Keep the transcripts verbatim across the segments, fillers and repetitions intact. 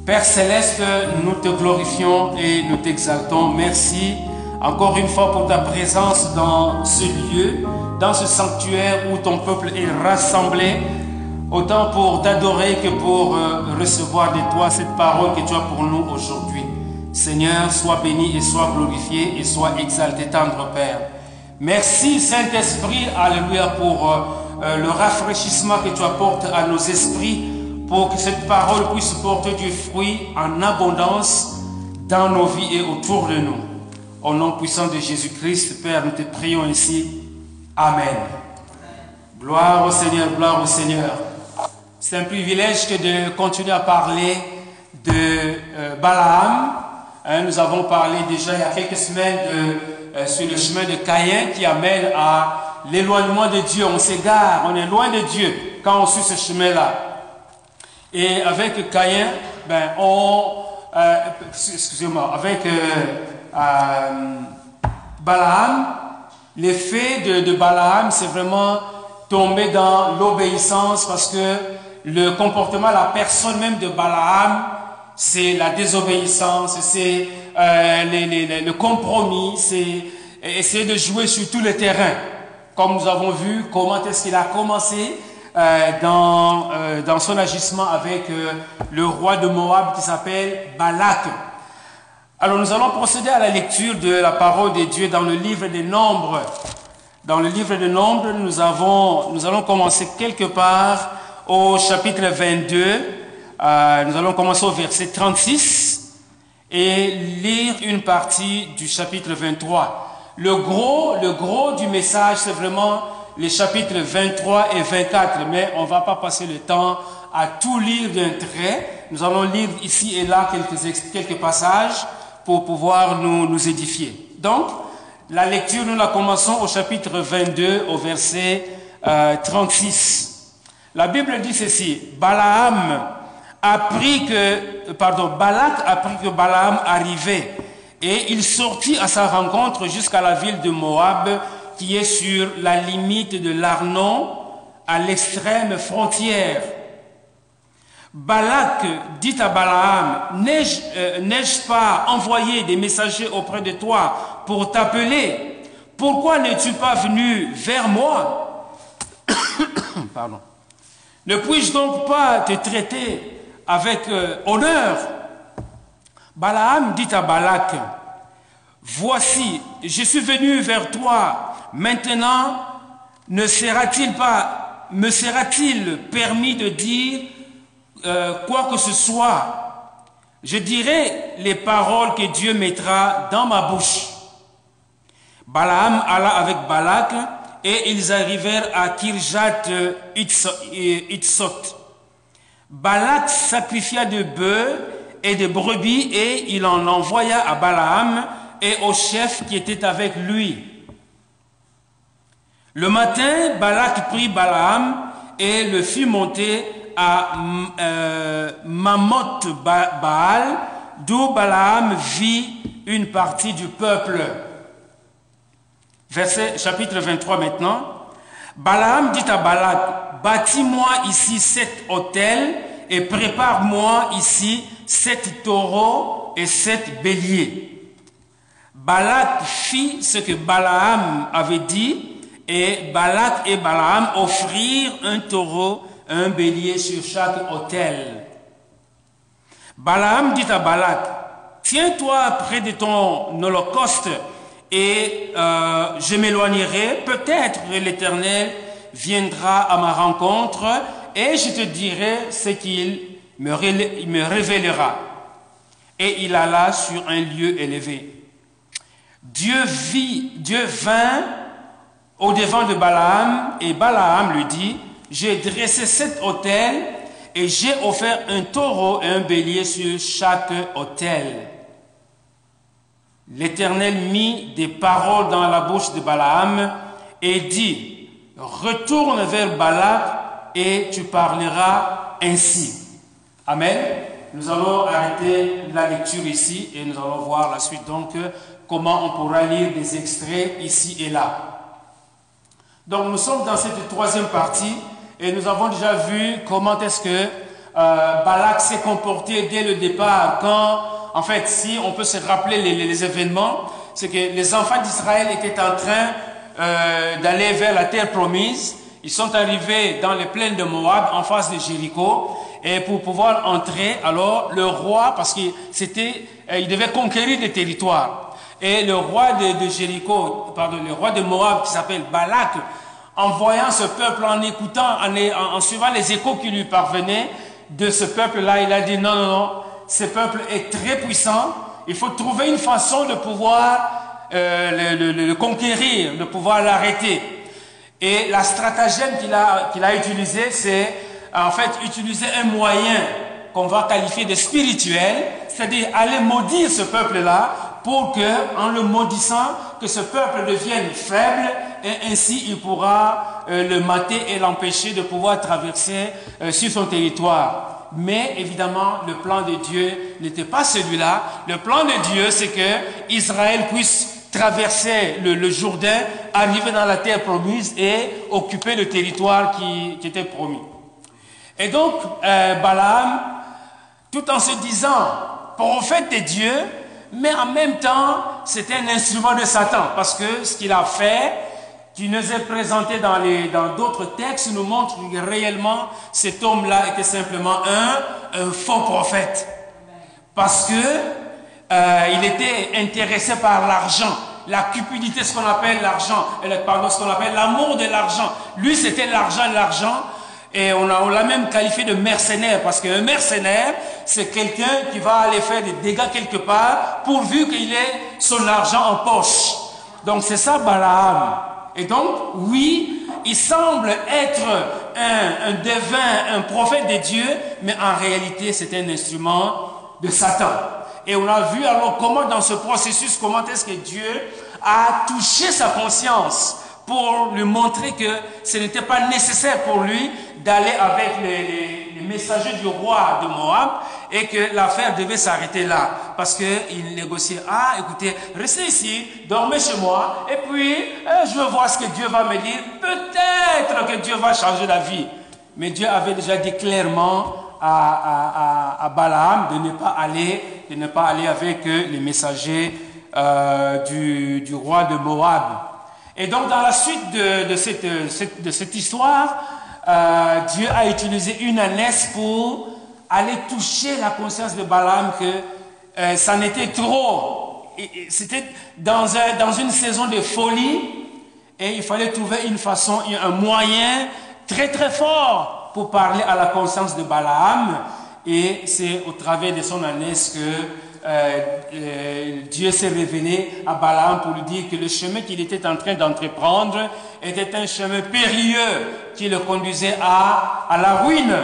Père Céleste, nous te glorifions et nous t'exaltons. Merci encore une fois pour ta présence dans ce lieu, dans ce sanctuaire où ton peuple est rassemblé, autant pour t'adorer que pour euh, recevoir de toi cette parole que tu as pour nous aujourd'hui. Seigneur, sois béni et sois glorifié et sois exalté, tendre Père. Merci Saint-Esprit, alléluia, pour euh, euh, le rafraîchissement que tu apportes à nos esprits, pour que cette parole puisse porter du fruit en abondance dans nos vies et autour de nous. Au nom puissant de Jésus-Christ, Père, nous te prions ainsi. Amen. Gloire au Seigneur, gloire au Seigneur. C'est un privilège que de continuer à parler de euh, Balaam. Hein, nous avons parlé déjà il y a quelques semaines de, euh, sur le chemin de Caïn qui amène à l'éloignement de Dieu. On s'égare, on est loin de Dieu quand on suit ce chemin-là. Et avec Caïn, ben, on, euh, excusez-moi, avec euh, euh, Balaam, l'effet de, de Balaam, c'est vraiment tomber dans l'obéissance parce que le comportement, la personne même de Balaam, c'est la désobéissance, c'est euh, les, les, le compromis, c'est essayer de jouer sur tous les terrains. Comme nous avons vu, comment est-ce qu'il a commencé euh, dans, euh, dans son agissement avec euh, le roi de Moab qui s'appelle Balak. Alors nous allons procéder à la lecture de la parole de Dieu dans le livre des Nombres. Dans le livre des Nombres, nous, avons, nous allons commencer quelque part au chapitre vingt-deux. Euh, nous allons commencer au verset trente-six et lire une partie du chapitre vingt-trois. Le gros, le gros du message, c'est vraiment les chapitres vingt-trois et vingt-quatre, mais on ne va pas passer le temps à tout lire d'un trait. Nous allons lire ici et là quelques, quelques passages pour pouvoir nous, nous édifier. Donc, la lecture, nous la commençons au chapitre vingt-deux, au verset euh, trente-six. La Bible dit ceci: Balaam apprit que, pardon, Balak apprit que Balaam arrivait et il sortit à sa rencontre jusqu'à la ville de Moab qui est sur la limite de l'Arnon à l'extrême frontière. Balak dit à Balaam: N'ai-je euh, n'ai-je pas envoyé des messagers auprès de toi pour t'appeler? Pourquoi n'es-tu pas venu vers moi? Pardon. Ne puis-je donc pas te traiter avec euh, honneur? Balaam dit à Balak: Voici, je suis venu vers toi. Maintenant, ne sera-t-il pas, me sera-t-il permis de dire euh, quoi que ce soit? Je dirai les paroles que Dieu mettra dans ma bouche. Balaam alla avec Balak et ils arrivèrent à Kirjat Hitsot. Balak sacrifia de bœufs et de brebis et il en envoya à Balaam et au chef qui était avec lui. Le matin, Balak prit Balaam et le fit monter à euh, Mamoth Baal, d'où Balaam vit une partie du peuple. Verset, chapitre vingt-trois maintenant. Balaam dit à Balak: Bâtis-moi ici sept autels et prépare-moi ici sept taureaux et sept béliers. Balak fit ce que Balaam avait dit, et Balak et Balaam offrirent un taureau et un bélier sur chaque autel. Balaam dit à Balak: Tiens-toi près de ton holocauste et euh, je m'éloignerai. Peut-être que l'Éternel viendra à ma rencontre et je te dirai ce qu'il me, me révélera. Et il alla sur un lieu élevé. Dieu vit, Dieu vint au-devant de Balaam et Balaam lui dit: J'ai dressé sept autels et j'ai offert un taureau et un bélier sur chaque autel. L'Éternel mit des paroles dans la bouche de Balaam et dit: Retourne vers Balak et tu parleras ainsi. Amen. Nous allons arrêter la lecture ici et nous allons voir la suite. Donc, comment on pourra lire des extraits ici et là. Donc, nous sommes dans cette troisième partie et nous avons déjà vu comment est-ce que euh, Balak s'est comporté dès le départ quand, en fait, si on peut se rappeler les, les, les événements, c'est que les enfants d'Israël étaient en train euh, d'aller vers la terre promise. Ils sont arrivés dans les plaines de Moab, en face de Jéricho, et pour pouvoir entrer, alors le roi, parce qu'il c'était, euh, il devait conquérir des territoires, et le roi de, de Jéricho, pardon, le roi de Moab, qui s'appelle Balak, en voyant ce peuple, en écoutant, en, en, en suivant les échos qui lui parvenaient de ce peuple-là, il a dit non, non, non, ce peuple est très puissant, il faut trouver une façon de pouvoir euh, le, le, le conquérir, de pouvoir l'arrêter. Et la stratagème qu'il a, qu'il a utilisée, c'est en fait utiliser un moyen qu'on va qualifier de spirituel, c'est-à-dire aller maudire ce peuple-là pour que, en le maudissant, que ce peuple devienne faible et ainsi il pourra euh, le mater et l'empêcher de pouvoir traverser euh, sur son territoire. Mais évidemment, le plan de Dieu n'était pas celui-là. Le plan de Dieu, c'est que Israël puisse traverser le, le Jourdain, arriver dans la terre promise et occuper le territoire qui, qui était promis. Et donc, euh, Balaam, tout en se disant prophète de Dieu, mais en même temps, c'était un instrument de Satan, parce que ce qu'il a fait, qui nous est présenté dans les, dans d'autres textes, nous montre que réellement, cet homme-là était simplement un, un faux prophète. Parce que euh, il était intéressé par l'argent, la cupidité, ce qu'on appelle l'argent, pardon, ce qu'on appelle l'amour de l'argent. Lui, c'était l'argent, l'argent. Et on l'a on même qualifié de mercenaire, parce qu'un mercenaire, c'est quelqu'un qui va aller faire des dégâts quelque part, pourvu qu'il ait son argent en poche. Donc c'est ça Balaam. Et donc, oui, il semble être un, un devin, un prophète de Dieu, mais en réalité, c'est un instrument de Satan. Et on a vu alors comment dans ce processus, comment est-ce que Dieu a touché sa conscience pour lui montrer que ce n'était pas nécessaire pour lui d'aller avec les, les, les messagers du roi de Moab et que l'affaire devait s'arrêter là. Parce qu'il négociait, ah écoutez, restez ici, dormez chez moi, et puis euh, je veux voir ce que Dieu va me dire. Peut-être que Dieu va changer la vie. Mais Dieu avait déjà dit clairement à, à, à, à Balaam de ne pas aller, de ne pas aller avec euh, les messagers euh, du, du roi de Moab. Et donc, dans la suite de, de, cette, de cette histoire, euh, Dieu a utilisé une ânesse pour aller toucher la conscience de Balaam que euh, ça n'était trop. C'était dans, un, dans une saison de folie et il fallait trouver une façon, un moyen très très fort pour parler à la conscience de Balaam. Et c'est au travers de son ânesse que Euh, euh, Dieu s'est révélé à Balaam pour lui dire que le chemin qu'il était en train d'entreprendre était un chemin périlleux qui le conduisait à, à la ruine.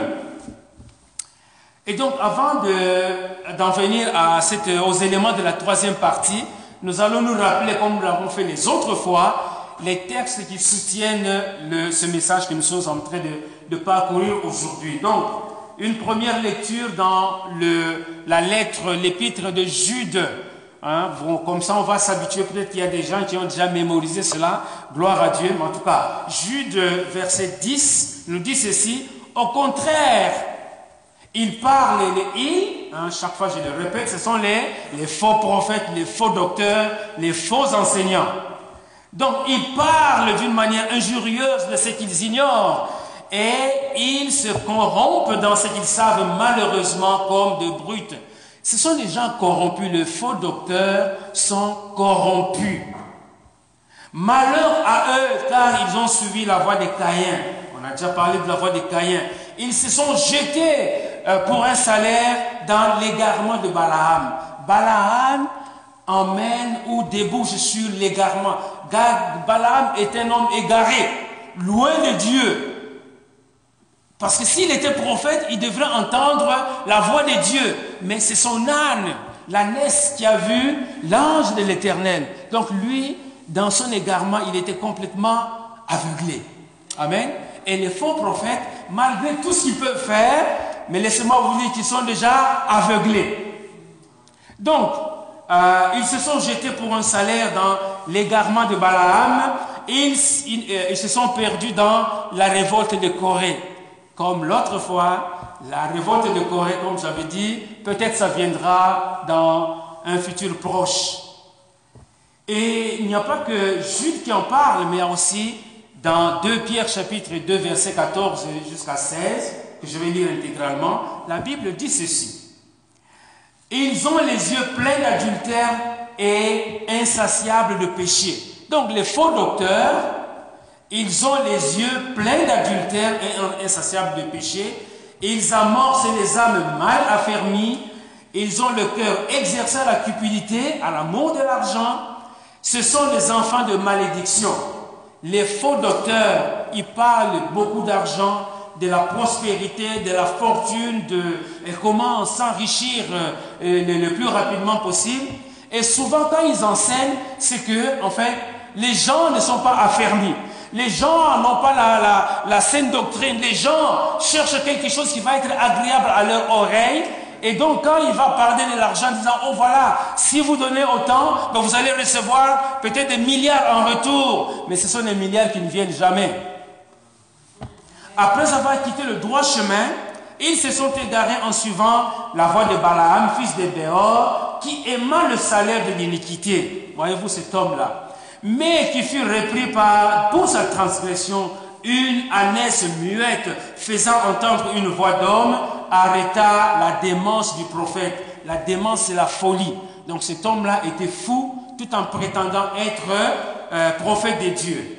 Et donc, avant de, d'en venir à cette, aux éléments de la troisième partie, nous allons nous rappeler, comme nous l'avons fait les autres fois, les textes qui soutiennent le, ce message que nous sommes en train de, de parcourir aujourd'hui. Donc, une première lecture dans le, la lettre, l'épître de Jude. Hein, bon, comme ça, on va s'habituer. Peut-être qu'il y a des gens qui ont déjà mémorisé cela. Gloire à Dieu. Mais en tout cas, Jude, verset dix, nous dit ceci. Au contraire, il parle, les il, hein, chaque fois je le répète, ce sont les, les faux prophètes, les faux docteurs, les faux enseignants. Donc, ils parlent d'une manière injurieuse de ce qu'ils ignorent. Et ils se corrompent dans ce qu'ils savent malheureusement comme de brutes. Ce sont des gens corrompus. Les faux docteurs sont corrompus. Malheur à eux, car ils ont suivi la voie des Caïns. On a déjà parlé de la voie des Caïns. Ils se sont jetés euh, pour un salaire dans l'égarement de Balaam. Balaam emmène ou débouche sur l'égarement. Balaam est un homme égaré, loin de Dieu. Parce que s'il était prophète, il devrait entendre la voix de Dieu. Mais c'est son âne, l'ânesse, qui a vu l'ange de l'Éternel. Donc lui, dans son égarement, il était complètement aveuglé. Amen. Et les faux prophètes, malgré tout ce qu'ils peuvent faire, mais laissez-moi vous dire qu'ils sont déjà aveuglés. Donc, euh, ils se sont jetés pour un salaire dans l'égarement de Balaam. Et ils, ils, euh, ils se sont perdus dans la révolte de Corée. Comme l'autre fois, la révolte de Corée, comme j'avais dit, peut-être ça viendra dans un futur proche. Et il n'y a pas que Jude qui en parle, mais il y a aussi dans deux Pierre chapitre deux verset quatorze jusqu'à seize, que je vais lire intégralement, la Bible dit ceci. Ils ont les yeux pleins d'adultère et insatiables de péché. Donc les faux docteurs, ils ont les yeux pleins d'adultère et insatiables de péché. Ils amorcent les âmes mal affermies. Ils ont le cœur exercé à la cupidité, à l'amour de l'argent. Ce sont des enfants de malédiction. Les faux docteurs, ils parlent beaucoup d'argent, de la prospérité, de la fortune, de et comment s'enrichir euh, le, le plus rapidement possible. Et souvent, quand ils enseignent, c'est que, en fait, les gens ne sont pas affermis. Les gens n'ont pas la, la, la saine doctrine. Les gens cherchent quelque chose qui va être agréable à leur oreille. Et donc, quand il va parler de l'argent, en disant, oh voilà, si vous donnez autant, ben vous allez recevoir peut-être des milliards en retour. Mais ce sont des milliards qui ne viennent jamais. Après avoir quitté le droit chemin, ils se sont égarés en suivant la voie de Balaam, fils de Béor, qui aima le salaire de l'iniquité. Voyez-vous cet homme-là. Mais qui fut repris par, pour sa transgression, une ânesse muette, faisant entendre une voix d'homme, arrêta la démence du prophète. La démence, c'est la folie. Donc cet homme-là était fou, tout en prétendant être euh, prophète de Dieu.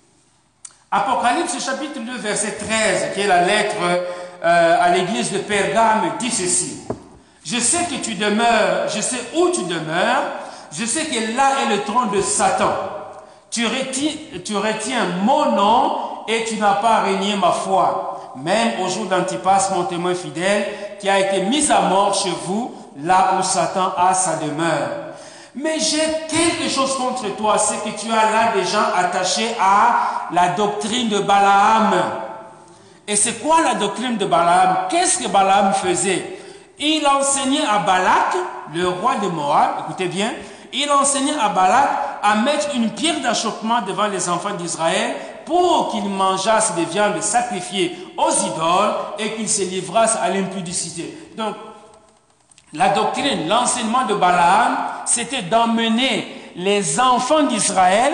Apocalypse chapitre deux, verset treize, qui est la lettre euh, à l'église de Pergame, dit ceci. Je sais que tu demeures, je sais où tu demeures, je sais que là est le trône de Satan. Tu retiens, tu retiens mon nom et tu n'as pas régné ma foi. Même au jour d'Antipas, mon témoin fidèle, qui a été mis à mort chez vous, là où Satan a sa demeure. Mais j'ai quelque chose contre toi, c'est que tu as là des gens attachés à la doctrine de Balaam. Et c'est quoi la doctrine de Balaam? Qu'est-ce que Balaam faisait? Il enseignait à Balak, le roi de Moab, écoutez bien, il enseignait à Balak à mettre une pierre d'achoppement devant les enfants d'Israël pour qu'ils mangeassent des viandes sacrifiées aux idoles et qu'ils se livrassent à l'impudicité. Donc, la doctrine, l'enseignement de Balaam, c'était d'emmener les enfants d'Israël,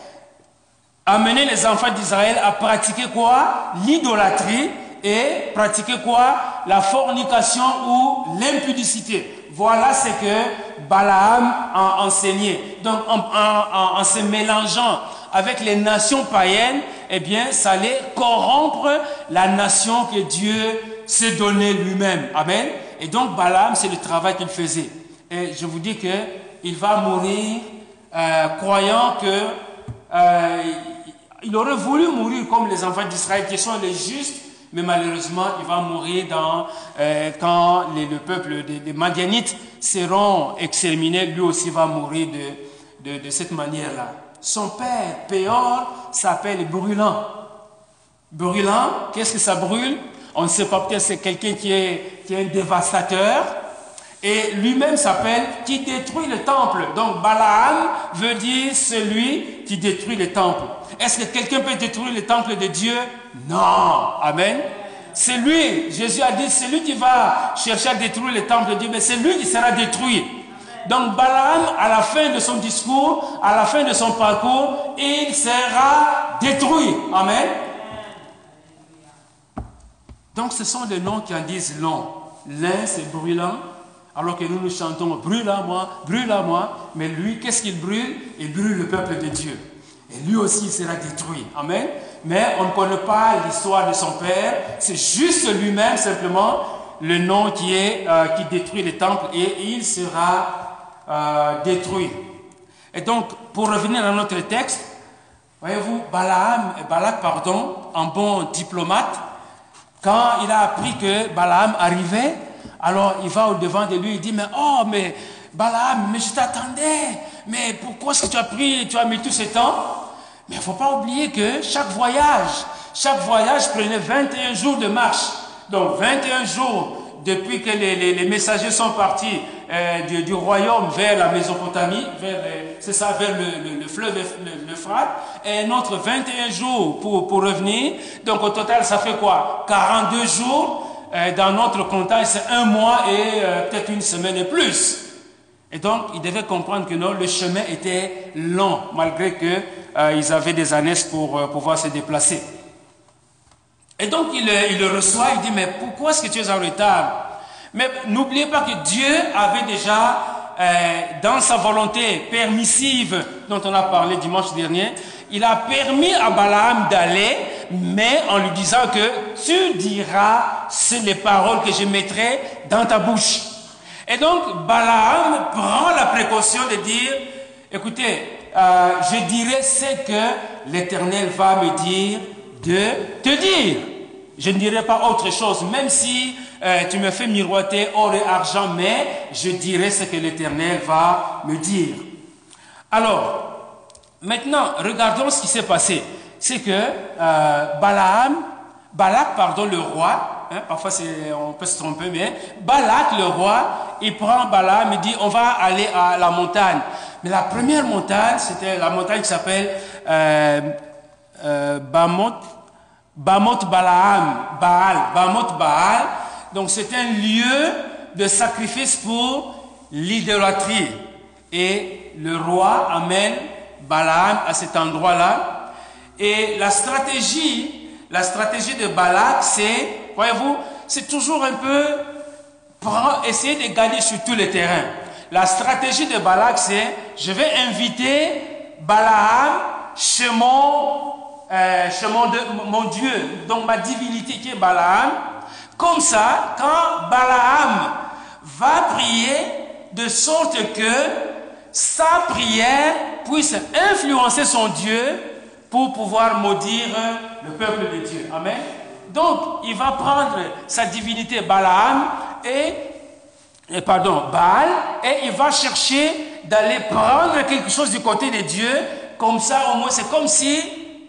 amener les enfants d'Israël à pratiquer quoi? L'idolâtrie et pratiquer quoi? La fornication ou l'impudicité. Voilà ce que Balaam a enseigné. Donc, en, en, en se mélangeant avec les nations païennes, eh bien, ça allait corrompre la nation que Dieu s'est donnée lui-même. Amen. Et donc, Balaam, c'est le travail qu'il faisait. Et je vous dis qu'il va mourir euh, croyant que euh, il aurait voulu mourir comme les enfants d'Israël qui sont les justes, mais malheureusement, il va mourir dans, euh, quand les, le peuple des, des Madianites seront exterminés. Lui aussi va mourir de, de, de cette manière-là. Son père, Péor, s'appelle Brûlant. Brûlant, qu'est-ce que ça brûle? On ne sait pas, peut-être c'est quelqu'un qui est, qui est un dévastateur. Et lui-même s'appelle qui détruit le temple. Donc Balaam veut dire celui qui détruit le temple. Est-ce que quelqu'un peut détruire le temple de Dieu? Non. Amen. C'est lui. Jésus a dit, c'est lui qui va chercher à détruire le temple de Dieu, mais c'est lui qui sera détruit. Donc Balaam, à la fin de son discours, à la fin de son parcours, il sera détruit. Amen. Donc ce sont des noms qui en disent long. L'un c'est brûlant, alors que nous nous chantons brûle à moi, brûle à moi. Mais lui, qu'est-ce qu'il brûle? Il brûle le peuple de Dieu. Et lui aussi il sera détruit. Amen. Mais on ne connaît pas l'histoire de son père. C'est juste lui-même simplement le nom qui, est, euh, qui détruit le temple et il sera euh, détruit. Et donc, pour revenir à notre texte, voyez-vous, Balaam, Balak, pardon, un bon diplomate, quand il a appris que Balaam arrivait, alors il va au-devant de lui, il dit, mais oh, mais Balaam, mais je t'attendais, mais pourquoi est-ce que tu as pris, tu as mis tout ce temps? Mais il ne faut pas oublier que chaque voyage, chaque voyage prenait vingt et un jours de marche. Donc vingt et un jours depuis que les, les, les messagers sont partis euh, du, du royaume vers la Mésopotamie, vers, c'est ça, vers le, le, le fleuve, l'Euphrate, et un autre vingt et un jours pour, pour revenir. Donc au total, ça fait quoi? quarante-deux jours euh, dans notre contexte, c'est un mois et euh, peut-être une semaine et plus. Et donc, ils devaient comprendre que non, le chemin était long, malgré qu'ils euh, avaient des années pour euh, pouvoir se déplacer. Et donc, il, il le reçoit, il dit, mais pourquoi est-ce que tu es en retard? Mais n'oubliez pas que Dieu avait déjà, euh, dans sa volonté permissive, dont on a parlé dimanche dernier, il a permis à Balaam d'aller, mais en lui disant que tu diras les paroles que je mettrai dans ta bouche. Et donc, Balaam prend la précaution de dire, écoutez, euh, je dirai ce que l'Éternel va me dire de te dire. Je ne dirai pas autre chose, même si euh, tu me fais miroiter or et argent, mais je dirai ce que l'Éternel va me dire. Alors, maintenant, regardons ce qui s'est passé. C'est que euh, Balaam, Balak, pardon, le roi, hein, parfois on peut se tromper, mais Balak, le roi, il prend Balaam et dit, on va aller à la montagne. Mais la première montagne, c'était la montagne qui s'appelle euh, euh, Bamoth, Bamoth Balaam, Baal, Bamoth Baal. Donc c'est un lieu de sacrifice pour l'idolâtrie. Et le roi amène Balaam à cet endroit-là. Et la stratégie, la stratégie de Balak, c'est, voyez-vous, c'est toujours un peu prendre, essayer de gagner sur tous les terrains. La stratégie de Balak, c'est, je vais inviter Balaam chez mon, euh, chez mon, de, mon Dieu, donc ma divinité qui est Balaam. Comme ça, quand Balaam va prier, de sorte que sa prière puisse influencer son Dieu pour pouvoir maudire le peuple de Dieu. Amen. Donc, il va prendre sa divinité Balaam et, et pardon, Baal, et il va chercher d'aller prendre quelque chose du côté de Dieu. Comme ça, au moins, c'est comme si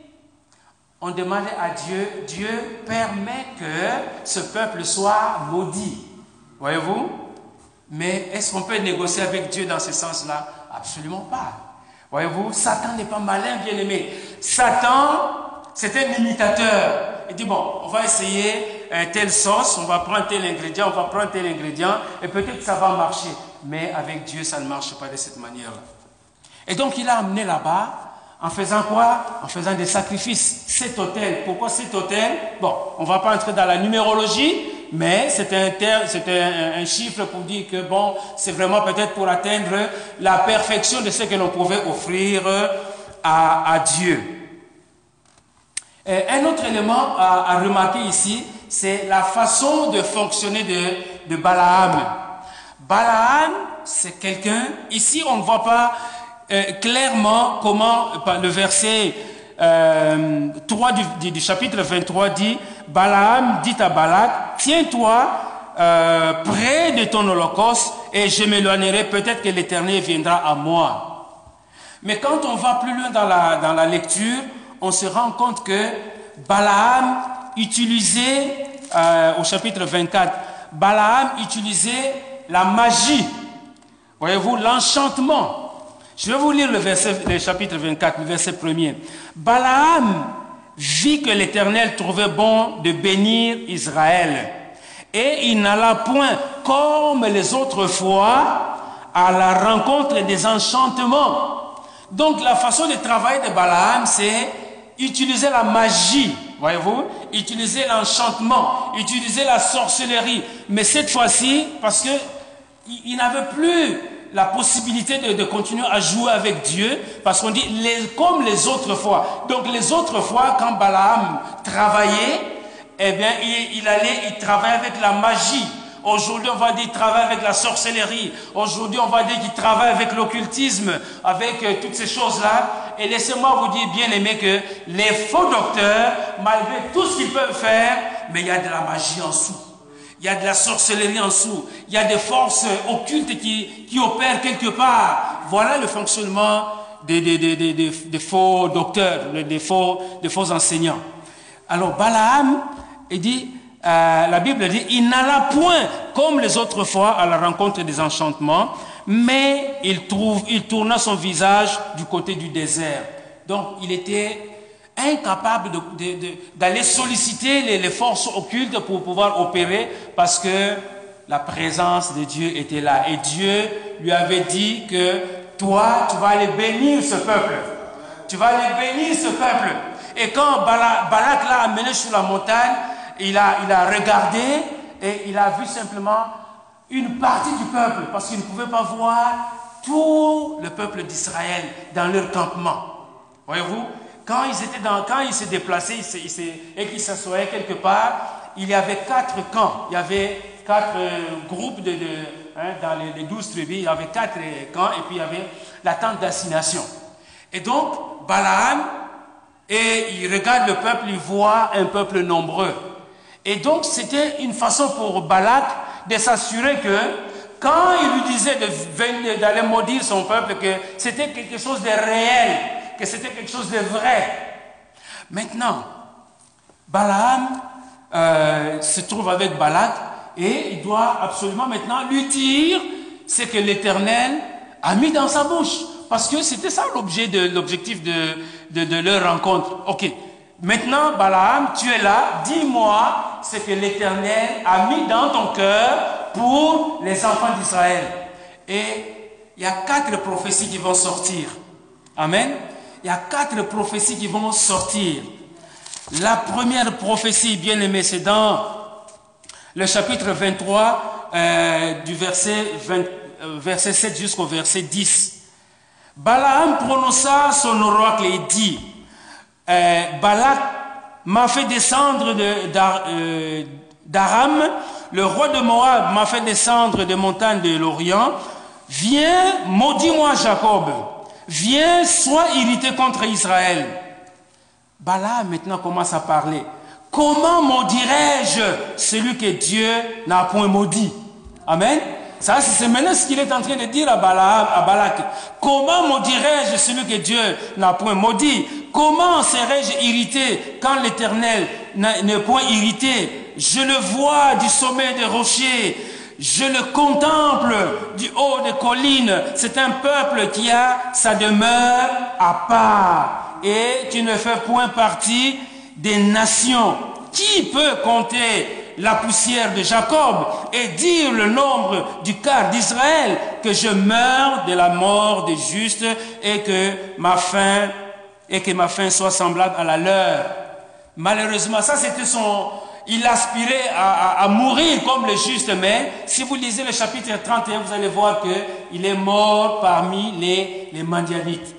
on demandait à Dieu, Dieu permet que ce peuple soit maudit. Voyez-vous? Mais est-ce qu'on peut négocier avec Dieu dans ce sens-là? Absolument pas. Voyez-vous, Satan n'est pas malin, bien aimé. Satan, c'est un imitateur. Il dit, bon, on va essayer euh, telle sauce, on va prendre tel ingrédient, on va prendre tel ingrédient, et peut-être ça va marcher. Mais avec Dieu, ça ne marche pas de cette manière-là. Et donc, il a amené là-bas, en faisant quoi? En faisant des sacrifices. Cet autel. Pourquoi cet autel? Bon, on ne va pas entrer dans la numérologie, mais c'est un, un, un chiffre pour dire que bon, c'est vraiment peut-être pour atteindre la perfection de ce que l'on pouvait offrir à, à Dieu. Et un autre élément à, à remarquer ici, c'est la façon de fonctionner de, de Balaam. Balaam, c'est quelqu'un, ici on ne voit pas euh, clairement comment, le verset euh, trois du, du, du chapitre vingt-trois dit, Balaam dit à Balak, tiens-toi euh, près de ton holocauste et je m'éloignerai, peut-être que l'Éternel viendra à moi. Mais quand on va plus loin dans la, dans la lecture, on se rend compte que Balaam utilisait, euh, au chapitre vingt-quatre, Balaam utilisait la magie. Voyez-vous, l'enchantement. Je vais vous lire le, verset, le chapitre vingt-quatre, le verset premier. Balaam vit que l'Éternel trouvait bon de bénir Israël. Et il n'alla point, comme les autres fois, à la rencontre des enchantements. Donc la façon de travailler de Balaam, c'est utiliser la magie, voyez-vous, utiliser l'enchantement, utiliser la sorcellerie. Mais cette fois-ci, parce que il, il n'avait plus la possibilité de, de continuer à jouer avec Dieu, parce qu'on dit les, comme les autres fois. Donc les autres fois, quand Balaam travaillait, eh bien, il, il allait, il travaillait avec la magie. Aujourd'hui, on va dire qu'il travaille avec la sorcellerie. Aujourd'hui, on va dire qu'il travaille avec l'occultisme, avec euh, toutes ces choses-là. Et laissez-moi vous dire, bien aimé, que les faux docteurs, malgré tout ce qu'ils peuvent faire, mais il y a de la magie en dessous. Il y a de la sorcellerie en dessous. Il y a des forces occultes qui, qui opèrent quelque part. Voilà le fonctionnement des, des, des, des, des, des faux docteurs, des faux, des faux enseignants. Alors, Balaam, il dit, euh, la Bible dit, il n'alla point, comme les autres fois, à la rencontre des enchantements, mais il, trouve, il tourna son visage du côté du désert. Donc, il était incapable d'aller solliciter les, les forces occultes pour pouvoir opérer parce que la présence de Dieu était là. Et Dieu lui avait dit que toi, tu vas aller bénir ce peuple. Tu vas aller bénir ce peuple. Et quand Balak, Balak l'a amené sur la montagne, il a, il a regardé et il a vu simplement une partie du peuple parce qu'il ne pouvait pas voir tout le peuple d'Israël dans leur campement. Voyez-vous, quand ils étaient dans, quand ils se déplaçaient ils se, ils se, et qu'ils s'assoyaient quelque part, il y avait quatre camps. Il y avait quatre euh, groupes de, de hein, dans les, les douze tribus. Il y avait quatre camps et puis il y avait la tente d'assignation. Et donc Balaam, et il regarde le peuple, il voit un peuple nombreux. Et donc c'était une façon pour Balak de s'assurer que quand il lui disait d'aller maudire son peuple, que c'était quelque chose de réel, que c'était quelque chose de vrai. Maintenant, Balaam euh, se trouve avec Balak et il doit absolument maintenant lui dire ce que l'Éternel a mis dans sa bouche. Parce que c'était ça l'objet de l'objectif de, de, de leur rencontre. Ok, maintenant Balaam, tu es là, dis-moi ce que l'Éternel a mis dans ton cœur pour les enfants d'Israël. Et il y a quatre prophéties qui vont sortir. Amen. Il y a quatre prophéties qui vont sortir. La première prophétie, bien aimée, c'est dans le chapitre vingt-trois, euh, du verset, vingt, euh, verset sept jusqu'au verset dix. Balaam prononça son oracle et dit, euh, Balak m'a fait descendre de, d'Ar, euh, d'Aram, le roi de Moab m'a fait descendre des montagnes de l'Orient. Viens, maudis-moi Jacob. Viens, sois irrité contre Israël. Balaam maintenant commence à parler. Comment maudirais-je celui que Dieu n'a point maudit? Amen. Ça, c'est maintenant ce qu'il est en train de dire à Balaam, à Balak. Comment maudirais-je celui que Dieu n'a point maudit? Comment serais-je irrité quand l'Éternel n'est point irrité? Je le vois du sommet des rochers. Je le contemple du haut des collines. C'est un peuple qui a sa demeure à part et qui ne fait point partie des nations. Qui peut compter la poussière de Jacob et dire le nombre du quart d'Israël, que je meurs de la mort des justes et que ma fin et que ma fin soit semblable à la leur? Malheureusement, ça c'était son... Il aspirait à, à, à mourir comme le juste, mais si vous lisez le chapitre trente et un, vous allez voir qu'il est mort parmi les, les Madianites.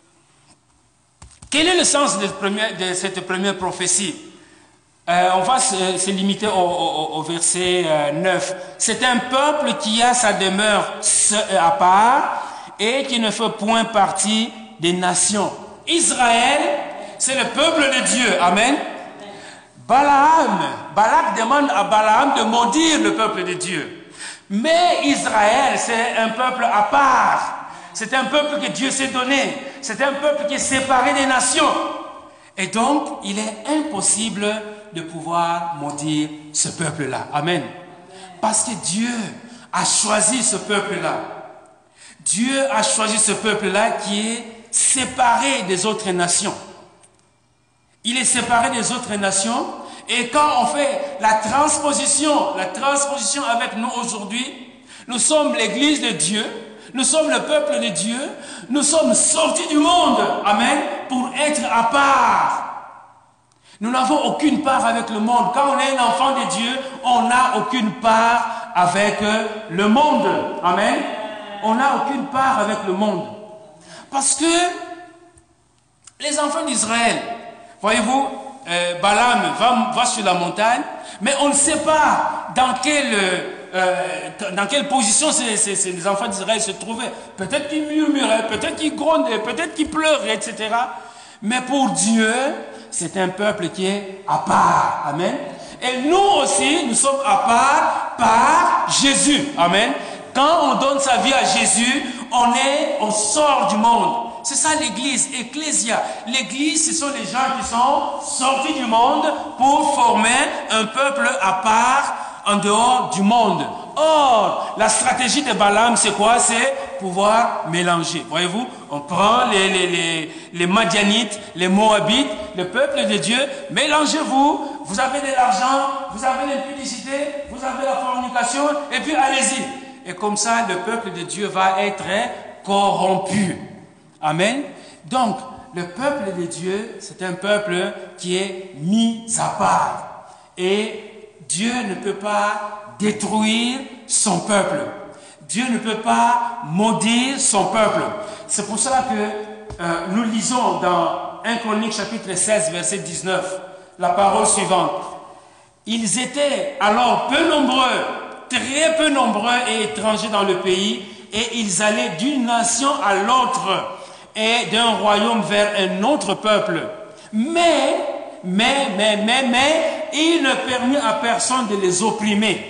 Quel est le sens de, première, de cette première prophétie? euh, On va se, se limiter au, au, au verset euh, neuf. C'est un peuple qui a sa demeure à part et qui ne fait point partie des nations. Israël, c'est le peuple de Dieu. Amen. Balaam, Balak demande à Balaam de maudire le peuple de Dieu. Mais Israël, c'est un peuple à part. C'est un peuple que Dieu s'est donné. C'est un peuple qui est séparé des nations. Et donc, il est impossible de pouvoir maudire ce peuple-là. Amen. Parce que Dieu a choisi ce peuple-là. Dieu a choisi ce peuple-là qui est séparé des autres nations. Il est séparé des autres nations. Et quand on fait la transposition, la transposition avec nous aujourd'hui, nous sommes l'église de Dieu, nous sommes le peuple de Dieu, nous sommes sortis du monde, amen, pour être à part. Nous n'avons aucune part avec le monde. Quand on est un enfant de Dieu, on n'a aucune part avec le monde, amen. On n'a aucune part avec le monde. Parce que les enfants d'Israël, voyez-vous, euh, Balaam va, va sur la montagne, mais on ne sait pas dans quelle, euh, dans quelle position ces, ces, ces enfants d'Israël se trouvaient. Peut-être qu'ils murmuraient, peut-être qu'ils grondaient, peut-être qu'ils pleuraient, et cetera. Mais pour Dieu, c'est un peuple qui est à part. Amen. Et nous aussi, nous sommes à part par Jésus. Amen. Quand on donne sa vie à Jésus, on est, on sort du monde. C'est ça l'église, ecclésia. L'église, ce sont les gens qui sont sortis du monde pour former un peuple à part en dehors du monde. Or, la stratégie de Balaam, c'est quoi? C'est pouvoir mélanger. Voyez-vous, on prend les, les, les, les Madianites, les Moabites, le peuple de Dieu, mélangez-vous, vous avez de l'argent, vous avez l'impudicité, vous avez la fornication, et puis allez-y. Et comme ça, le peuple de Dieu va être corrompu. Amen. Donc, le peuple de Dieu, c'est un peuple qui est mis à part. Et Dieu ne peut pas détruire son peuple. Dieu ne peut pas maudire son peuple. C'est pour cela que euh, nous lisons dans un Chronique chapitre seize, verset dix-neuf, la parole suivante. Ils étaient alors peu nombreux, très peu nombreux et étrangers dans le pays, et ils allaient d'une nation à l'autre et d'un royaume vers un autre peuple. Mais, mais, mais, mais, mais, il ne permit à personne de les opprimer.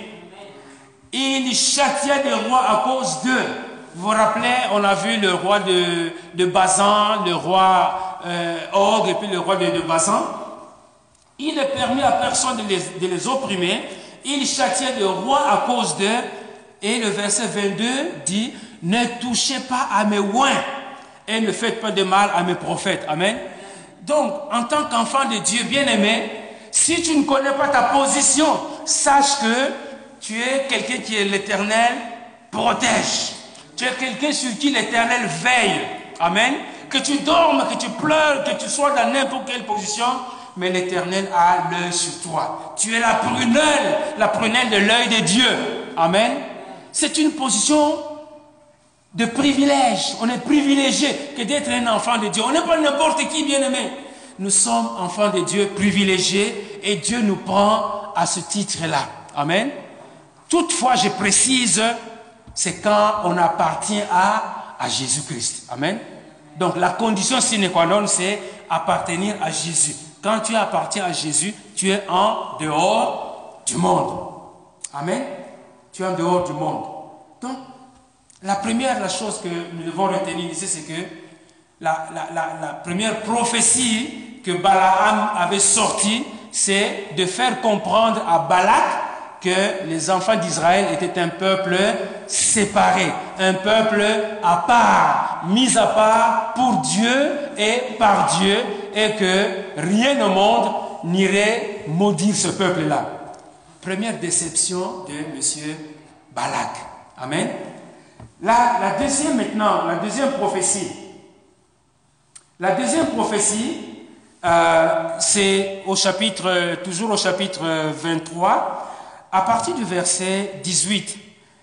Il châtia des rois à cause d'eux. Vous vous rappelez, on a vu le roi de, de Bazan, le roi euh, Og et puis le roi de, de Bazan. Il ne permit à personne de les, de les opprimer. Il châtia des rois à cause d'eux. Et le verset vingt-deux dit, ne touchez pas à mes oins et ne faites pas de mal à mes prophètes. Amen. Donc, en tant qu'enfant de Dieu bien-aimé, si tu ne connais pas ta position, sache que tu es quelqu'un qui est l'Éternel protège. Tu es quelqu'un sur qui l'Éternel veille. Amen. Que tu dormes, que tu pleures, que tu sois dans n'importe quelle position, mais l'Éternel a l'œil sur toi. Tu es la prunelle, la prunelle de l'œil de Dieu. Amen. C'est une position de privilège. On est privilégié que d'être un enfant de Dieu. On n'est pas n'importe qui, bien-aimé. Nous sommes enfants de Dieu privilégiés et Dieu nous prend à ce titre-là. Amen. Toutefois, je précise, c'est quand on appartient à, à Jésus-Christ. Amen. Donc, la condition sine qua non, c'est appartenir à Jésus. Quand tu appartiens à Jésus, tu es en dehors du monde. Amen. Tu es en dehors du monde. Donc, la première la chose que nous devons retenir ici, c'est que la, la, la, la première prophétie que Balaam avait sortie, c'est de faire comprendre à Balak que les enfants d'Israël étaient un peuple séparé, un peuple à part, mis à part pour Dieu et par Dieu, et que rien au monde n'irait maudire ce peuple-là. Première déception de M. Balak. Amen. La, la deuxième maintenant, la deuxième prophétie. La deuxième prophétie, euh, c'est au chapitre, toujours au chapitre vingt-trois, à partir du verset dix-huit.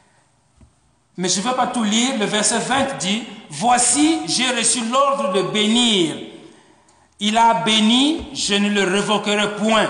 Mais je ne vais pas tout lire. Le verset vingt dit, « Voici, j'ai reçu l'ordre de bénir. Il a béni, je ne le révoquerai point.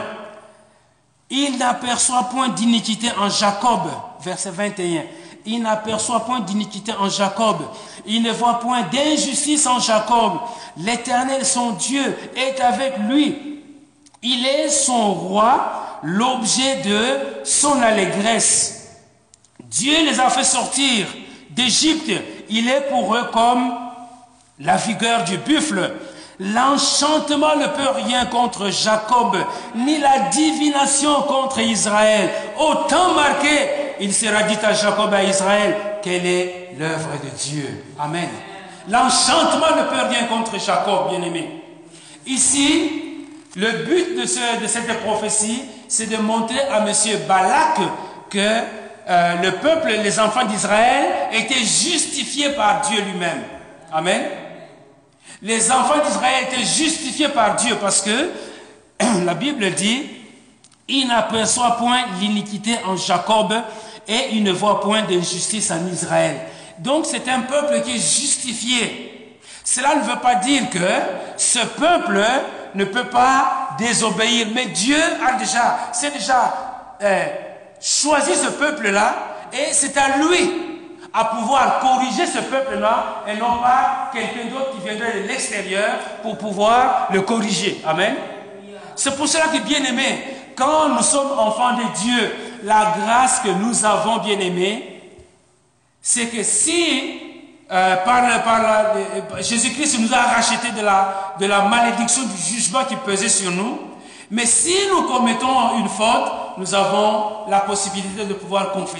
Il n'aperçoit point d'iniquité en Jacob. » Verset vingt et un. « Il n'aperçoit point d'iniquité en Jacob. Il ne voit point d'injustice en Jacob. L'Éternel, son Dieu, est avec lui. Il est son roi, l'objet de son allégresse. Dieu les a fait sortir d'Égypte. Il est pour eux comme la vigueur du buffle. L'enchantement ne peut rien contre Jacob, ni la divination contre Israël. Au temps marqué, il sera dit à Jacob et à Israël, quelle est l'œuvre de Dieu. Amen. L'enchantement ne peut rien contre Jacob, bien-aimé. Ici, le but de, ce, de cette prophétie, c'est de montrer à M. Balak que euh, le peuple, les enfants d'Israël, étaient justifiés par Dieu lui-même. Amen. Les enfants d'Israël étaient justifiés par Dieu parce que la Bible dit, il n'aperçoit point l'iniquité en Jacob et il ne voit point d'injustice en Israël. Donc c'est un peuple qui est justifié. Cela ne veut pas dire que ce peuple ne peut pas désobéir, mais Dieu a déjà, c'est déjà euh, choisi ce peuple-là et c'est à lui à pouvoir corriger ce peuple-là et non pas quelqu'un d'autre qui viendrait de l'extérieur pour pouvoir le corriger. Amen. C'est pour cela que, bien-aimés, quand nous sommes enfants de Dieu, la grâce que nous avons, bien-aimés, c'est que si euh, par, par la, Jésus-Christ nous a rachetés de la, de la malédiction du jugement qui pesait sur nous, mais si nous commettons une faute, nous avons la possibilité de pouvoir confesser.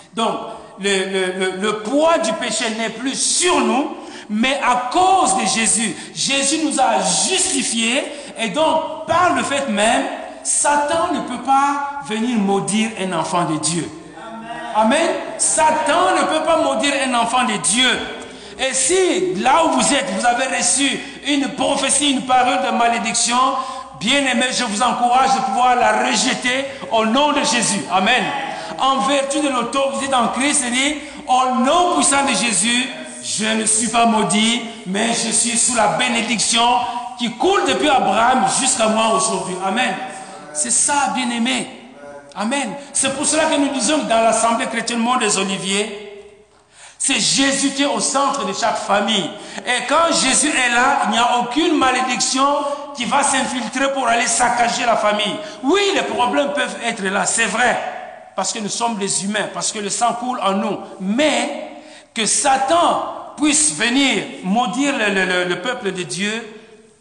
Donc, le, le, le, le poids du péché n'est plus sur nous, mais à cause de Jésus. Jésus nous a justifiés et donc, par le fait même, Satan ne peut pas venir maudire un enfant de Dieu. Amen. Satan ne peut pas maudire un enfant de Dieu. Et si, là où vous êtes, vous avez reçu une prophétie, une parole de malédiction, bien aimé, je vous encourage de pouvoir la rejeter au nom de Jésus. Amen. En vertu de l'autorité en Christ, il dit, au nom puissant de Jésus, je ne suis pas maudit, mais je suis sous la bénédiction qui coule depuis Abraham jusqu'à moi aujourd'hui. Amen. C'est ça, bien aimé. Amen. C'est pour cela que nous disons que dans l'Assemblée chrétienne Mont des Oliviers, c'est Jésus qui est au centre de chaque famille. Et quand Jésus est là, il n'y a aucune malédiction qui va s'infiltrer pour aller saccager la famille. Oui, les problèmes peuvent être là, c'est vrai. Parce que nous sommes des humains, parce que le sang coule en nous. Mais que Satan puisse venir maudire le, le, le, le peuple de Dieu,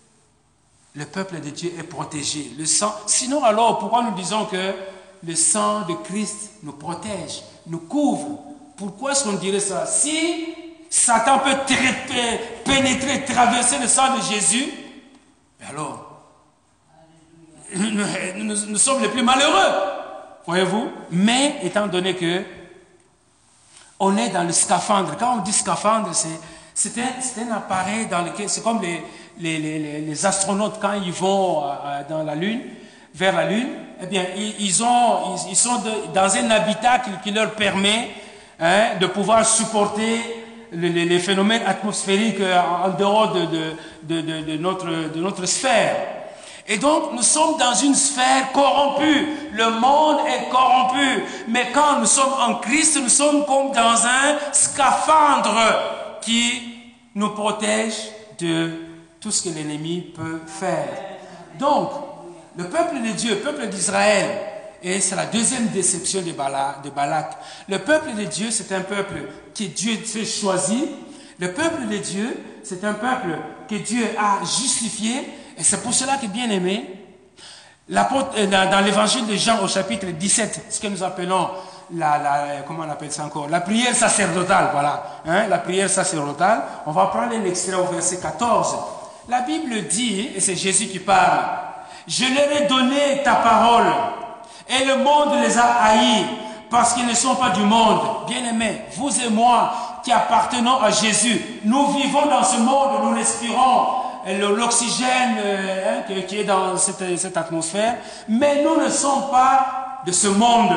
le peuple de Dieu est protégé. Le sang. Sinon, alors, pourquoi nous disons que le sang de Christ nous protège, nous couvre? Pourquoi est-ce qu'on dirait ça? Si Satan peut pénétrer, traverser le sang de Jésus, alors, nous, nous, nous sommes les plus malheureux, voyez-vous. Mais étant donné que on est dans le scaphandre, quand on dit scaphandre, c'est un, un appareil dans lequel, c'est comme les, les, les, les astronautes quand ils vont dans la Lune, vers la Lune, eh bien, ils, ils, ont, ils, ils sont de, dans un habitacle qui leur permet Hein, de pouvoir supporter les, les, les phénomènes atmosphériques en, en dehors de, de, de, de, de, notre, de notre sphère. Et donc, nous sommes dans une sphère corrompue. Le monde est corrompu. Mais quand nous sommes en Christ, nous sommes comme dans un scaphandre qui nous protège de tout ce que l'ennemi peut faire. Donc, le peuple de Dieu, le peuple d'Israël, et c'est la deuxième déception de Balak, de Balak. Le peuple de Dieu, c'est un peuple que Dieu s'est choisi. Le peuple de Dieu, c'est un peuple que Dieu a justifié. Et c'est pour cela que, bien aimé, dans, dans l'évangile de Jean au chapitre dix-sept, ce que nous appelons la, la, comment on appelle ça encore? La prière sacerdotale, voilà. Hein, la prière sacerdotale. On va prendre l'extrait au verset quatorze. La Bible dit, et c'est Jésus qui parle, « Je leur ai donné ta parole. Et le monde les a haïs parce qu'ils ne sont pas du monde. » Bien-aimés, vous et moi qui appartenons à Jésus, nous vivons dans ce monde, nous respirons l'oxygène euh, hein, qui est dans cette, cette atmosphère, mais nous ne sommes pas de ce monde.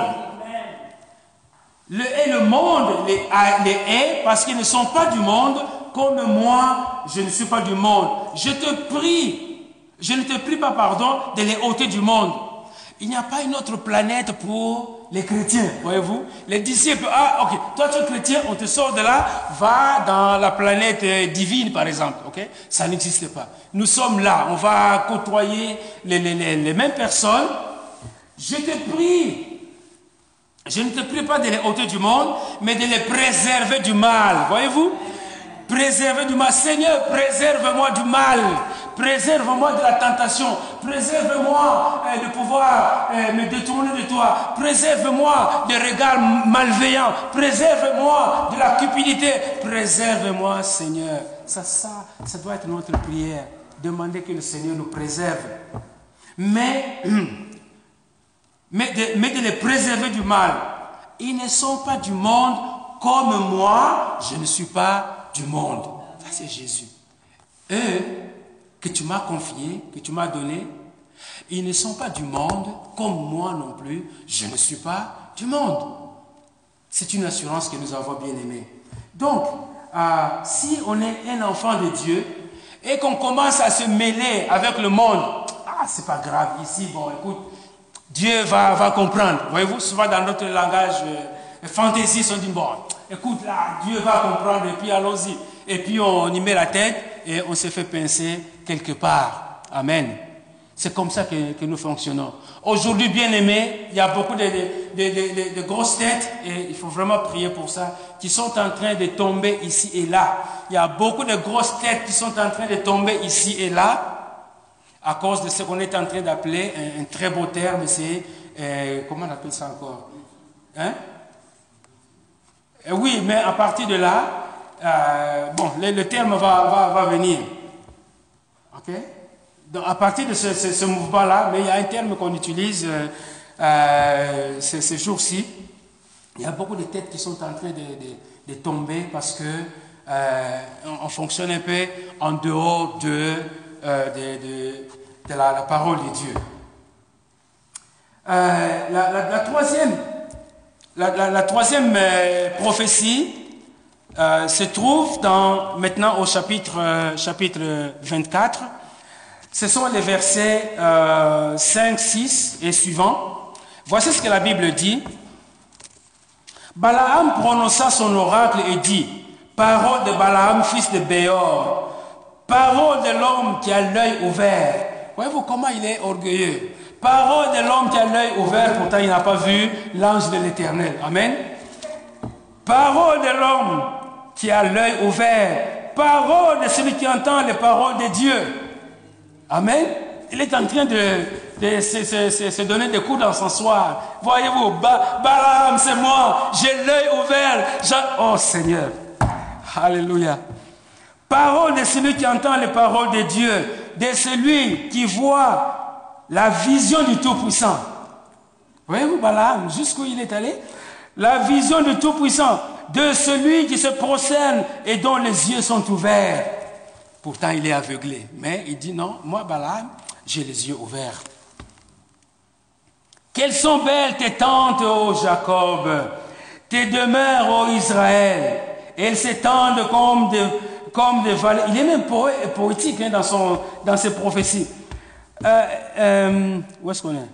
Le, et le monde les, les hait parce qu'ils ne sont pas du monde, comme moi, je ne suis pas du monde. Je te prie, je ne te prie pas, pardon, de les ôter du monde. Il n'y a pas une autre planète pour les chrétiens, voyez-vous. Les disciples, ah, ok, toi tu es chrétien, on te sort de là, va dans la planète divine, par exemple, ok. Ça n'existe pas. Nous sommes là, on va côtoyer les, les, les, les mêmes personnes. Je te prie, je ne te prie pas de les ôter du monde, mais de les préserver du mal, voyez-vous. Préserver du mal. Seigneur, préserve-moi du mal. Préserve-moi de la tentation. Préserve-moi euh, de pouvoir euh, me détourner de toi. Préserve-moi des regards malveillants. Préserve-moi de la cupidité. Préserve-moi, Seigneur. Ça, ça, ça doit être notre prière. Demander que le Seigneur nous préserve. Mais, mais, de, mais de les préserver du mal. Ils ne sont pas du monde comme moi, je ne suis pas du monde. Ça, c'est Jésus. Eux, que tu m'as confiés, que tu m'as donnés, ils ne sont pas du monde, comme moi non plus, je ne suis pas du monde. C'est une assurance que nous avons bien aimée. Donc, euh, si on est un enfant de Dieu et qu'on commence à se mêler avec le monde, ah, c'est pas grave, ici, bon, écoute, Dieu va, va comprendre. Voyez-vous, souvent dans notre langage euh, fantaisiste, on dit, bon, écoute, là, Dieu va comprendre, et puis allons-y. Et puis on y met la tête et on se fait pincer quelque part. Amen. C'est comme ça que, que nous fonctionnons. Aujourd'hui, bien aimés, il y a beaucoup de, de, de, de, de grosses têtes, et il faut vraiment prier pour ça, qui sont en train de tomber ici et là. Il y a beaucoup de grosses têtes qui sont en train de tomber ici et là, à cause de ce qu'on est en train d'appeler, un, un très beau terme, c'est, euh, comment on appelle ça encore? Hein? Et oui, mais à partir de là, euh, bon, le, le terme va, va, va venir. Ok? Donc, à partir de ce, ce, ce mouvement-là, mais il y a un terme qu'on utilise euh, euh, ces, ces jours-ci. Il y a beaucoup de têtes qui sont en train de, de, de tomber parce que euh, on, on fonctionne un peu en dehors de, euh, de, de, de la, la parole de Dieu. Euh, la, la, la troisième, la, la, la troisième euh, prophétie euh, se trouve dans, maintenant au chapitre, euh, chapitre vingt-quatre. Ce sont les versets euh, cinq, six et suivants. Voici ce que la Bible dit. Balaam prononça son oracle et dit, parole de Balaam, fils de Béor, parole de l'homme qui a l'œil ouvert. Voyez-vous comment il est orgueilleux. Parole de l'homme qui a l'œil ouvert, pourtant il n'a pas vu l'ange de l'Éternel. Amen. Parole de l'homme qui a l'œil ouvert. Parole de celui qui entend les paroles de Dieu. Amen. Il est en train de, de se, se, se, se donner des coups dans son soir. Voyez-vous, ba, Balaam, c'est moi. J'ai l'œil ouvert. Oh Seigneur. Alléluia. Parole de celui qui entend les paroles de Dieu. De celui qui voit la vision du Tout-Puissant. Voyez-vous, Balaam, jusqu'où il est allé? La vision du Tout-Puissant. De celui qui se prosterne et dont les yeux sont ouverts. Pourtant, il est aveuglé. Mais il dit non, moi, Balaam, j'ai les yeux ouverts. Quelles sont belles tes tentes, ô Jacob, tes demeures, ô Israël. Elles s'étendent comme des, comme des vallées. Il est même poé, poétique hein, dans, son, dans ses prophéties. Euh, euh, où est-ce qu'on est?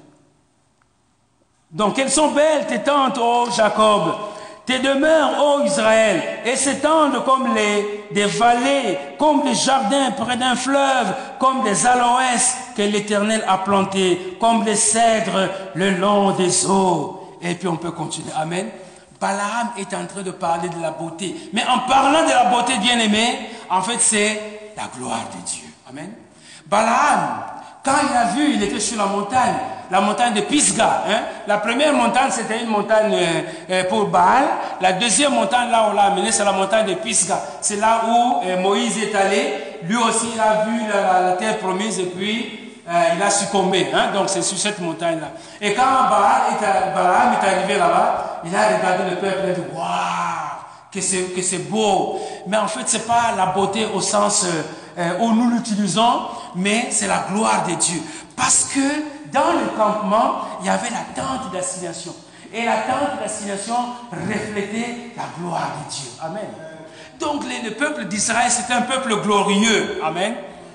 Donc, quelles sont belles tes tentes, ô Jacob. Tes demeures, ô Israël, et s'étendent comme les, des vallées, comme des jardins près d'un fleuve, comme des aloès que l'Éternel a plantés, comme des cèdres le long des eaux. Et puis on peut continuer. Amen. Balaam est en train de parler de la beauté. Mais en parlant de la beauté bien-aimée, en fait c'est la gloire de Dieu. Amen. Balaam, quand il a vu, il était sur la montagne, la montagne de Pisga. Hein? La première montagne, c'était une montagne euh, pour Baal. La deuxième montagne, là où on l'a amené, c'est la montagne de Pisga. C'est là où euh, Moïse est allé. Lui aussi, il a vu la, la, la terre promise et puis euh, il a succombé. Hein? Donc, c'est sur cette montagne-là. Et quand Baal est, à, Balaam est arrivé là-bas, il a regardé le peuple et a dit, waouh, que c'est, que c'est beau. Mais en fait, ce n'est pas la beauté au sens euh, où nous l'utilisons, mais c'est la gloire de Dieu. Parce que dans le campement, il y avait la tente d'assignation. Et la tente d'assignation reflétait la gloire de Dieu. Amen. Donc le, le peuple d'Israël, c'est un peuple glorieux. Amen.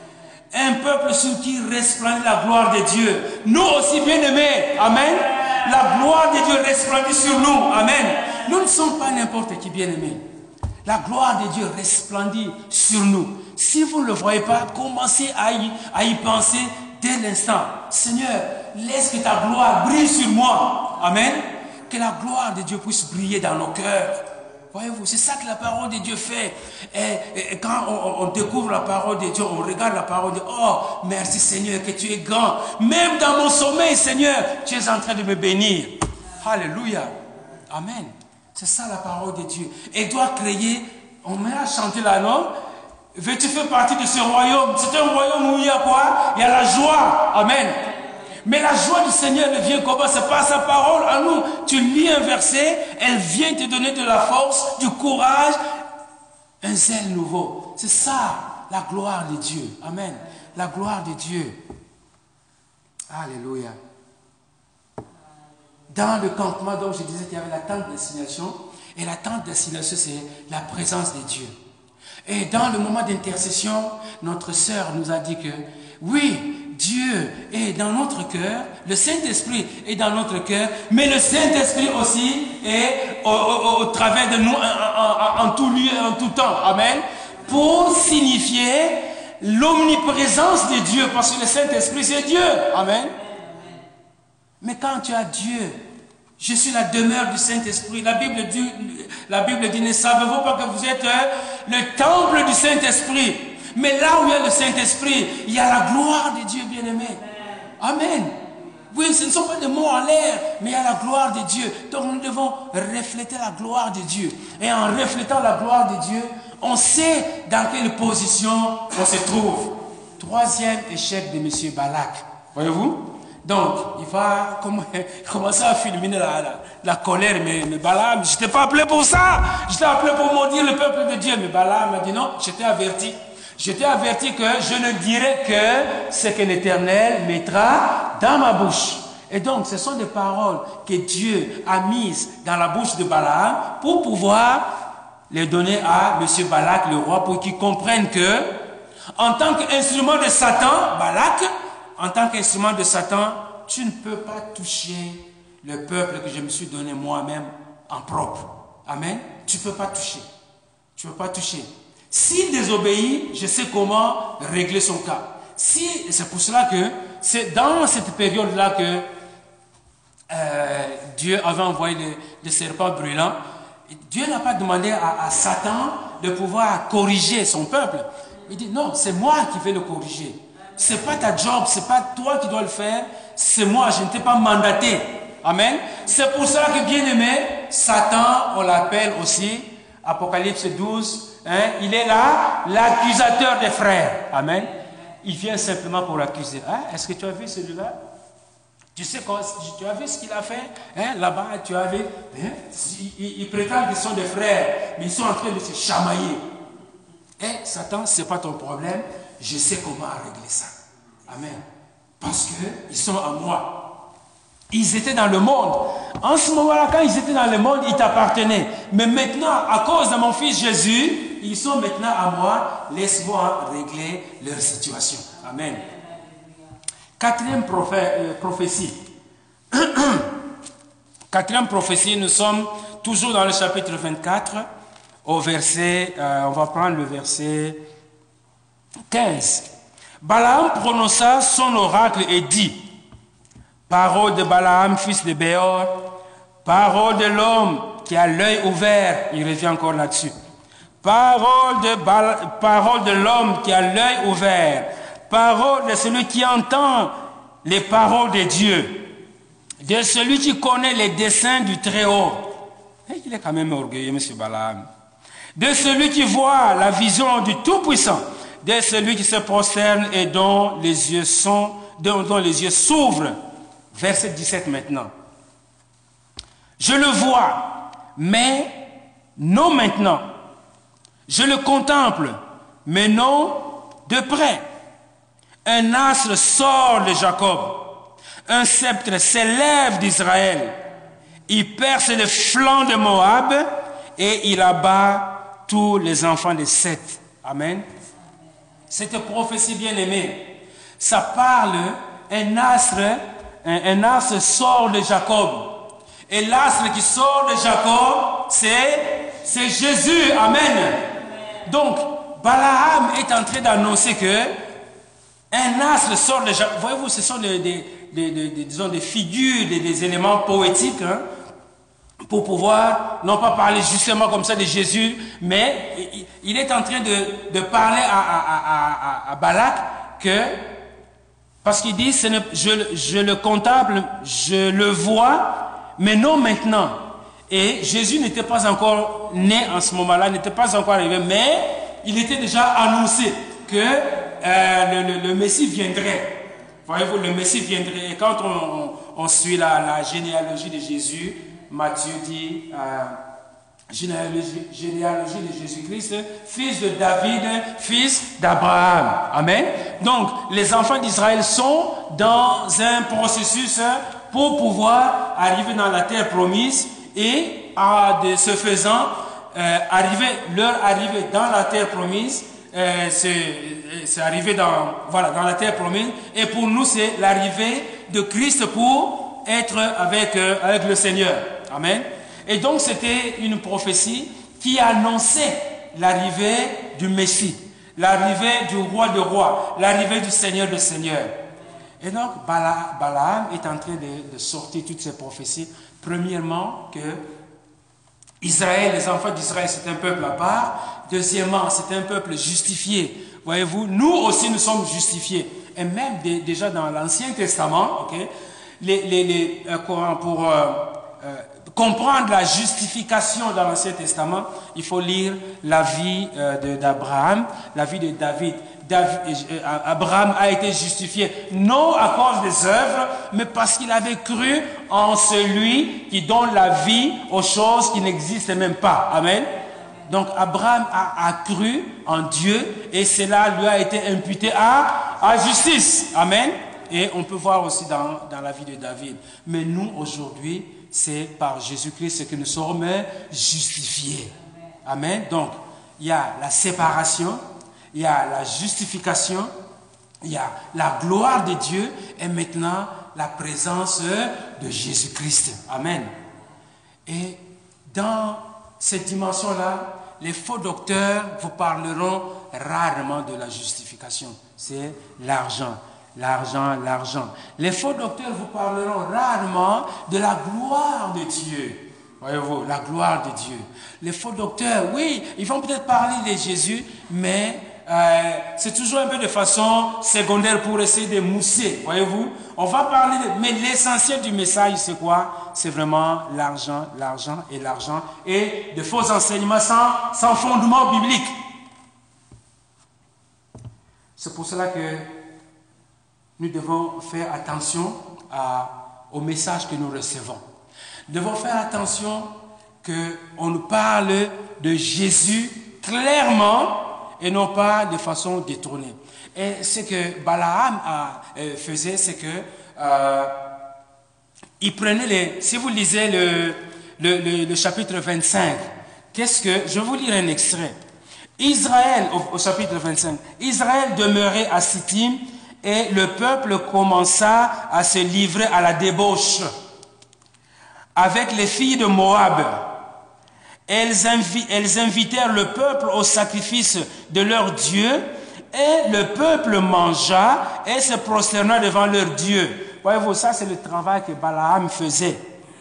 Un peuple sur qui resplendit la gloire de Dieu. Nous aussi bien-aimés. Amen. La gloire de Dieu resplendit sur nous. Amen. Nous ne sommes pas n'importe qui bien-aimés. La gloire de Dieu resplendit sur nous. Si vous ne le voyez pas, commencez à y, à y penser dès l'instant. Seigneur, laisse que ta gloire brille sur moi. Amen. Que la gloire de Dieu puisse briller dans nos cœurs. Voyez-vous, c'est ça que la parole de Dieu fait. Et, et quand on, on découvre la parole de Dieu, on regarde la parole de Dieu. Oh, merci Seigneur que tu es grand. Même dans mon sommeil, Seigneur, tu es en train de me bénir. Alléluia. Amen. C'est ça la parole de Dieu. Et doit créer, on met à chanter la norme. Veux-tu faire partie de ce royaume? C'est un royaume où il y a quoi? Il y a la joie. Amen. Mais la joie du Seigneur ne vient comment? C'est pas sa parole à nous. Tu lis un verset, elle vient te donner de la force, du courage, un zèle nouveau. C'est ça, la gloire de Dieu. Amen. La gloire de Dieu. Alléluia. Dans le campement, donc je disais qu'il y avait la tente d'assignation. Et la tente d'assignation, c'est la présence de Dieu. Et dans le moment d'intercession, notre sœur nous a dit que, oui, Dieu est dans notre cœur, le Saint-Esprit est dans notre cœur, mais le Saint-Esprit aussi est au, au, au travers de nous en, en, en tout lieu et en tout temps. Amen. Pour signifier l'omniprésence de Dieu, parce que le Saint-Esprit, c'est Dieu. Amen. Mais quand tu as Dieu, je suis la demeure du Saint-Esprit. La Bible dit, la Bible dit, ne savez-vous pas que vous êtes le temple du Saint-Esprit? Mais là où il y a le Saint-Esprit, il y a la gloire de Dieu bien-aimé. Amen. Oui, ce ne sont pas des mots en l'air, mais il y a la gloire de Dieu. Donc nous devons refléter la gloire de Dieu. Et en reflétant la gloire de Dieu, on sait dans quelle position on se trouve. Troisième échec de M. Balak. Voyez-vous? Donc, il va commencer à fulminer la, la, la colère. Mais, mais Balaam, je ne t'ai pas appelé pour ça. Je t'ai appelé pour maudire le peuple de Dieu. Mais Balaam a dit non, je t'ai averti. Je t'ai averti que je ne dirai que ce que l'Éternel mettra dans ma bouche. Et donc, ce sont des paroles que Dieu a mises dans la bouche de Balaam pour pouvoir les donner à M. Balak, le roi, pour qu'il comprenne que, en tant qu'instrument de Satan, Balak, en tant qu'instrument de Satan, tu ne peux pas toucher le peuple que je me suis donné moi-même en propre. Amen. Tu ne peux pas toucher. Tu ne peux pas toucher. S'il désobéit, je sais comment régler son cas. Si, c'est pour cela que c'est dans cette période-là que euh, Dieu avait envoyé le, le serpent brûlant. Dieu n'a pas demandé à, à Satan de pouvoir corriger son peuple. Il dit non, c'est moi qui vais le corriger. C'est pas ta job, c'est pas toi qui dois le faire, c'est moi, je ne t'ai pas mandaté. Amen. C'est pour ça que, bien aimé, Satan, on l'appelle aussi, Apocalypse douze, hein, il est là, l'accusateur des frères. Amen. Il vient simplement pour l'accuser. Hein, est-ce que tu as vu celui-là? Tu sais quoi, tu as vu ce qu'il a fait, hein, là-bas, tu as vu, hein, ils, ils prétendent qu'ils sont des frères, mais ils sont en train de se chamailler. Et Satan, ce n'est pas ton problème, je sais comment régler ça. Amen. Parce qu'ils sont à moi. Ils étaient dans le monde. En ce moment-là, quand ils étaient dans le monde, ils t'appartenaient. Mais maintenant, à cause de mon fils Jésus, ils sont maintenant à moi. Laisse-moi régler leur situation. Amen. Quatrième prophé- euh, prophétie. Quatrième prophétie, nous sommes toujours dans le chapitre vingt-quatre, au verset, euh, on va prendre le verset quinze. Balaam prononça son oracle et dit, parole de Balaam, fils de Béor, parole de l'homme qui a l'œil ouvert, il revient encore là-dessus. Parole de, Bala, parole de l'homme qui a l'œil ouvert, parole de celui qui entend les paroles de Dieu, de celui qui connaît les desseins du Très-Haut. Et il est quand même orgueilleux, M. Balaam. De celui qui voit la vision du Tout-Puissant, de celui qui se prosterne et dont les yeux sont, dont, dont les yeux s'ouvrent. Verset dix-sept maintenant. Je le vois, mais non maintenant. Je le contemple, mais non de près. Un astre sort de Jacob, un sceptre s'élève d'Israël. Il perce le flanc de Moab et il abat tous les enfants de Seth. Amen. Cette prophétie bien-aimée, ça parle, un astre, un, un astre sort de Jacob. Et l'astre qui sort de Jacob, c'est, c'est Jésus. Amen. Donc, Balaam est en train d'annoncer que un astre sort de Jacob. Voyez-vous, ce sont des, des, des, des, des, disons, des figures, des, des éléments poétiques, hein, pour pouvoir, non pas parler justement comme ça de Jésus, mais il est en train de, de parler à, à, à, à Balak que, parce qu'il dit, ce ne, je, je le contemple, je le vois, mais non maintenant. Et Jésus n'était pas encore né en ce moment-là, n'était pas encore arrivé, mais il était déjà annoncé que euh, le, le, le Messie viendrait. Voyez-vous, le Messie viendrait. Et quand on, on suit la, la généalogie de Jésus, Matthieu dit, euh, généalogie, généalogie de Jésus-Christ, fils de David, fils d'Abraham. Amen. Donc, les enfants d'Israël sont dans un processus pour pouvoir arriver dans la terre promise et, à, de ce faisant, euh, arriver, leur arrivée dans la terre promise, euh, c'est, c'est arriver dans, voilà, dans la terre promise. Et pour nous, c'est l'arrivée de Christ pour être avec, euh, avec le Seigneur. Amen. Et donc, c'était une prophétie qui annonçait l'arrivée du Messie, l'arrivée du roi de rois, l'arrivée du Seigneur de seigneurs. Et donc, Bala, Balaam est en train de, de sortir toutes ces prophéties. Premièrement, que Israël, les enfants d'Israël, c'est un peuple à part. Deuxièmement, c'est un peuple justifié. Voyez-vous, nous aussi, nous sommes justifiés. Et même de, déjà dans l'Ancien Testament, ok, les, les, les, euh, pour euh, euh, comprendre la justification dans l'Ancien Testament, il faut lire la vie euh, d'Abraham, la vie de David. David euh, Abraham a été justifié non à cause des œuvres, mais parce qu'il avait cru en celui qui donne la vie aux choses qui n'existent même pas. Amen. Donc Abraham a, a cru en Dieu et cela lui a été imputé à, à justice. Amen. Et on peut voir aussi dans, dans la vie de David. Mais nous, aujourd'hui, c'est par Jésus-Christ que nous sommes justifiés. Amen. Donc, il y a la séparation, il y a la justification, il y a la gloire de Dieu et maintenant la présence de Jésus-Christ. Amen. Et dans cette dimension-là, les faux docteurs vous parleront rarement de la justification. C'est l'argent. L'argent, l'argent. Les faux docteurs vous parleront rarement de la gloire de Dieu. Voyez-vous, la gloire de Dieu. Les faux docteurs, oui, ils vont peut-être parler de Jésus, mais euh, c'est toujours un peu de façon secondaire pour essayer de mousser. Voyez-vous, on va parler de... Mais l'essentiel du message, c'est quoi? C'est vraiment l'argent, l'argent et l'argent. Et de faux enseignements sans, sans fondement biblique. C'est pour cela que nous devons faire attention à, au message que nous recevons. Nous devons faire attention qu'on nous parle de Jésus clairement et non pas de façon détournée. Et ce que Balaam a, euh, faisait, c'est que euh, il prenait les... Si vous lisez le, le, le, le chapitre vingt-cinq, qu'est-ce que... Je vais vous lire un extrait. Israël, au, au chapitre vingt-cinq, Israël demeurait à Sittim, et le peuple commença à se livrer à la débauche avec les filles de Moab. Elles, invi elles invitèrent le peuple au sacrifice de leur Dieu, et le peuple mangea et se prosterna devant leur Dieu. Voyez-vous, ça c'est le travail que Balaam faisait.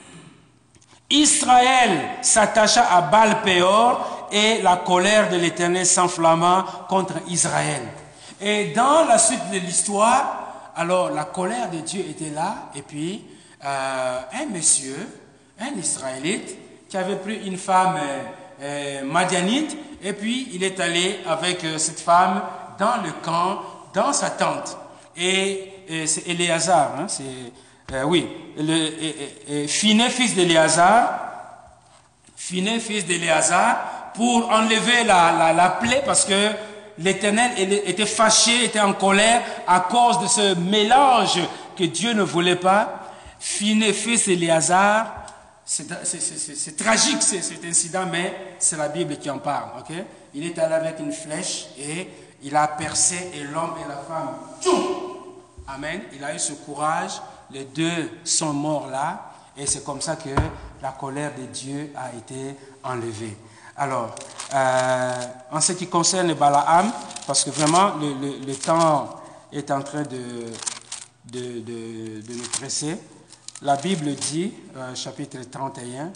Israël s'attacha à Baal-Péor et la colère de l'Éternel s'enflamma contre Israël. Et dans la suite de l'histoire, alors la colère de Dieu était là, et puis euh, un monsieur, un Israélite, qui avait pris une femme euh, euh, madianite, et puis il est allé avec euh, cette femme dans le camp, dans sa tente. Et, et c'est Éléazar, hein, c'est, euh, oui, le, et, et, et Phiné, fils d'Éléazar, Phiné, fils d'Éléazar, pour enlever la, la, la plaie, parce que l'Éternel était fâché, était en colère à cause de ce mélange que Dieu ne voulait pas. Phiné, fils d'Éléazar, c'est tragique cet incident, mais c'est la Bible qui en parle. Okay? Il est allé avec une flèche et il a percé et l'homme et la femme. Tchoum! Amen. Il a eu ce courage. Les deux sont morts là. Et c'est comme ça que la colère de Dieu a été enlevée. Alors, euh, en ce qui concerne Balaam, parce que vraiment le, le, le temps est en train de, de, de, de nous presser, la Bible dit, euh, chapitre trente et un,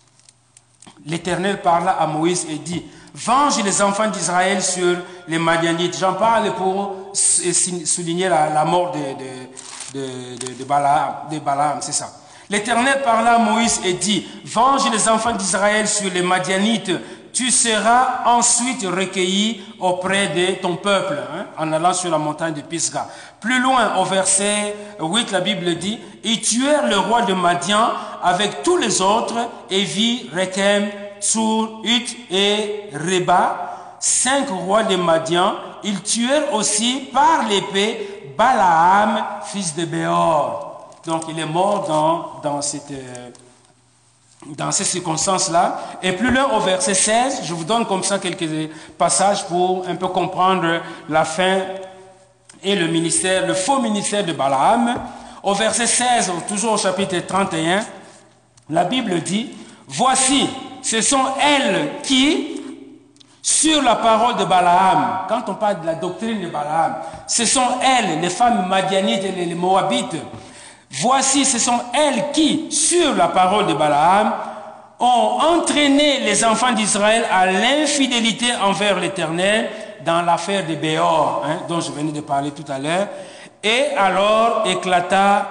l'Éternel parla à Moïse et dit, venge les enfants d'Israël sur les Madianites. J'en parle pour souligner la, la mort de, de, de, de, de Balaam, de Balaam, c'est ça. L'Éternel parla à Moïse et dit, venge les enfants d'Israël sur les Madianites, tu seras ensuite recueilli auprès de ton peuple, hein, en allant sur la montagne de Pisga. Plus loin, au verset huit, la Bible dit, ils tuèrent le roi de Madian avec tous les autres, Évi, Rechem, Tsur, Ut et Reba, cinq rois de Madian. Ils tuèrent aussi par l'épée Balaam, fils de Béor. Donc, il est mort dans, dans, cette, euh, dans ces circonstances-là. Et plus loin, au verset seize, je vous donne comme ça quelques passages pour un peu comprendre la fin et le ministère, le faux ministère de Balaam. Au verset seize, toujours au chapitre trente et un, la Bible dit, « Voici, ce sont elles qui, sur la parole de Balaam, quand on parle de la doctrine de Balaam, ce sont elles, les femmes madianites et les moabites, voici, ce sont elles qui, sur la parole de Balaam, ont entraîné les enfants d'Israël à l'infidélité envers l'Éternel dans l'affaire de Béor, hein, dont je venais de parler tout à l'heure. Et alors éclata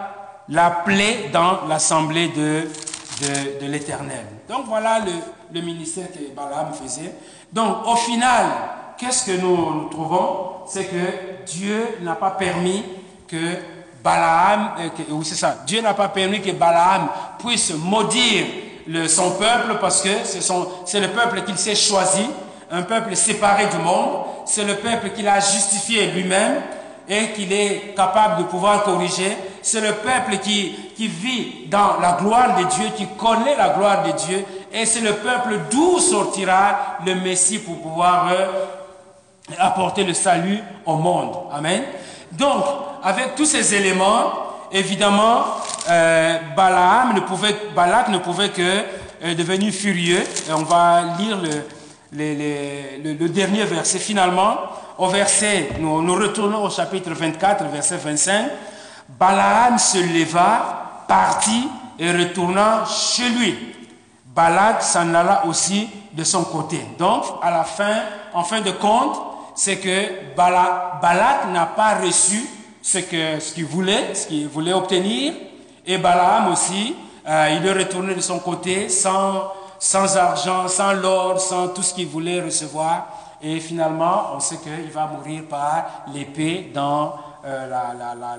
l'appelait dans l'assemblée de, de, de l'Éternel. Donc voilà le, le ministère que Balaam faisait. Donc au final, qu'est-ce que nous, nous trouvons? C'est que Dieu n'a pas permis que Balaam, euh, que, oui c'est ça, Dieu n'a pas permis que Balaam puisse maudire le, son peuple parce que c'est le peuple qu'il s'est choisi, un peuple séparé du monde, c'est le peuple qu'il a justifié lui-même et qu'il est capable de pouvoir corriger. C'est le peuple qui, qui vit dans la gloire de Dieu, qui connaît la gloire de Dieu, et c'est le peuple d'où sortira le Messie pour pouvoir euh, apporter le salut au monde. Amen. Donc, avec tous ces éléments, évidemment, euh, Balaam ne pouvait, Balak ne pouvait que euh, devenir furieux. Et on va lire le, le, le, le, le dernier verset. Finalement, au verset, nous, nous retournons au chapitre vingt-quatre, verset vingt-cinq. Balaam se leva, partit et retourna chez lui. Balak s'en alla aussi de son côté. Donc, à la fin, en fin de compte, c'est que Balak, Balak n'a pas reçu ce que ce qu'il voulait, ce qu'il voulait obtenir, et Balaam aussi, euh, il est retourné de son côté sans, sans argent, sans l'or, sans tout ce qu'il voulait recevoir, et finalement, on sait qu'il va mourir par l'épée dans euh, la, la, la,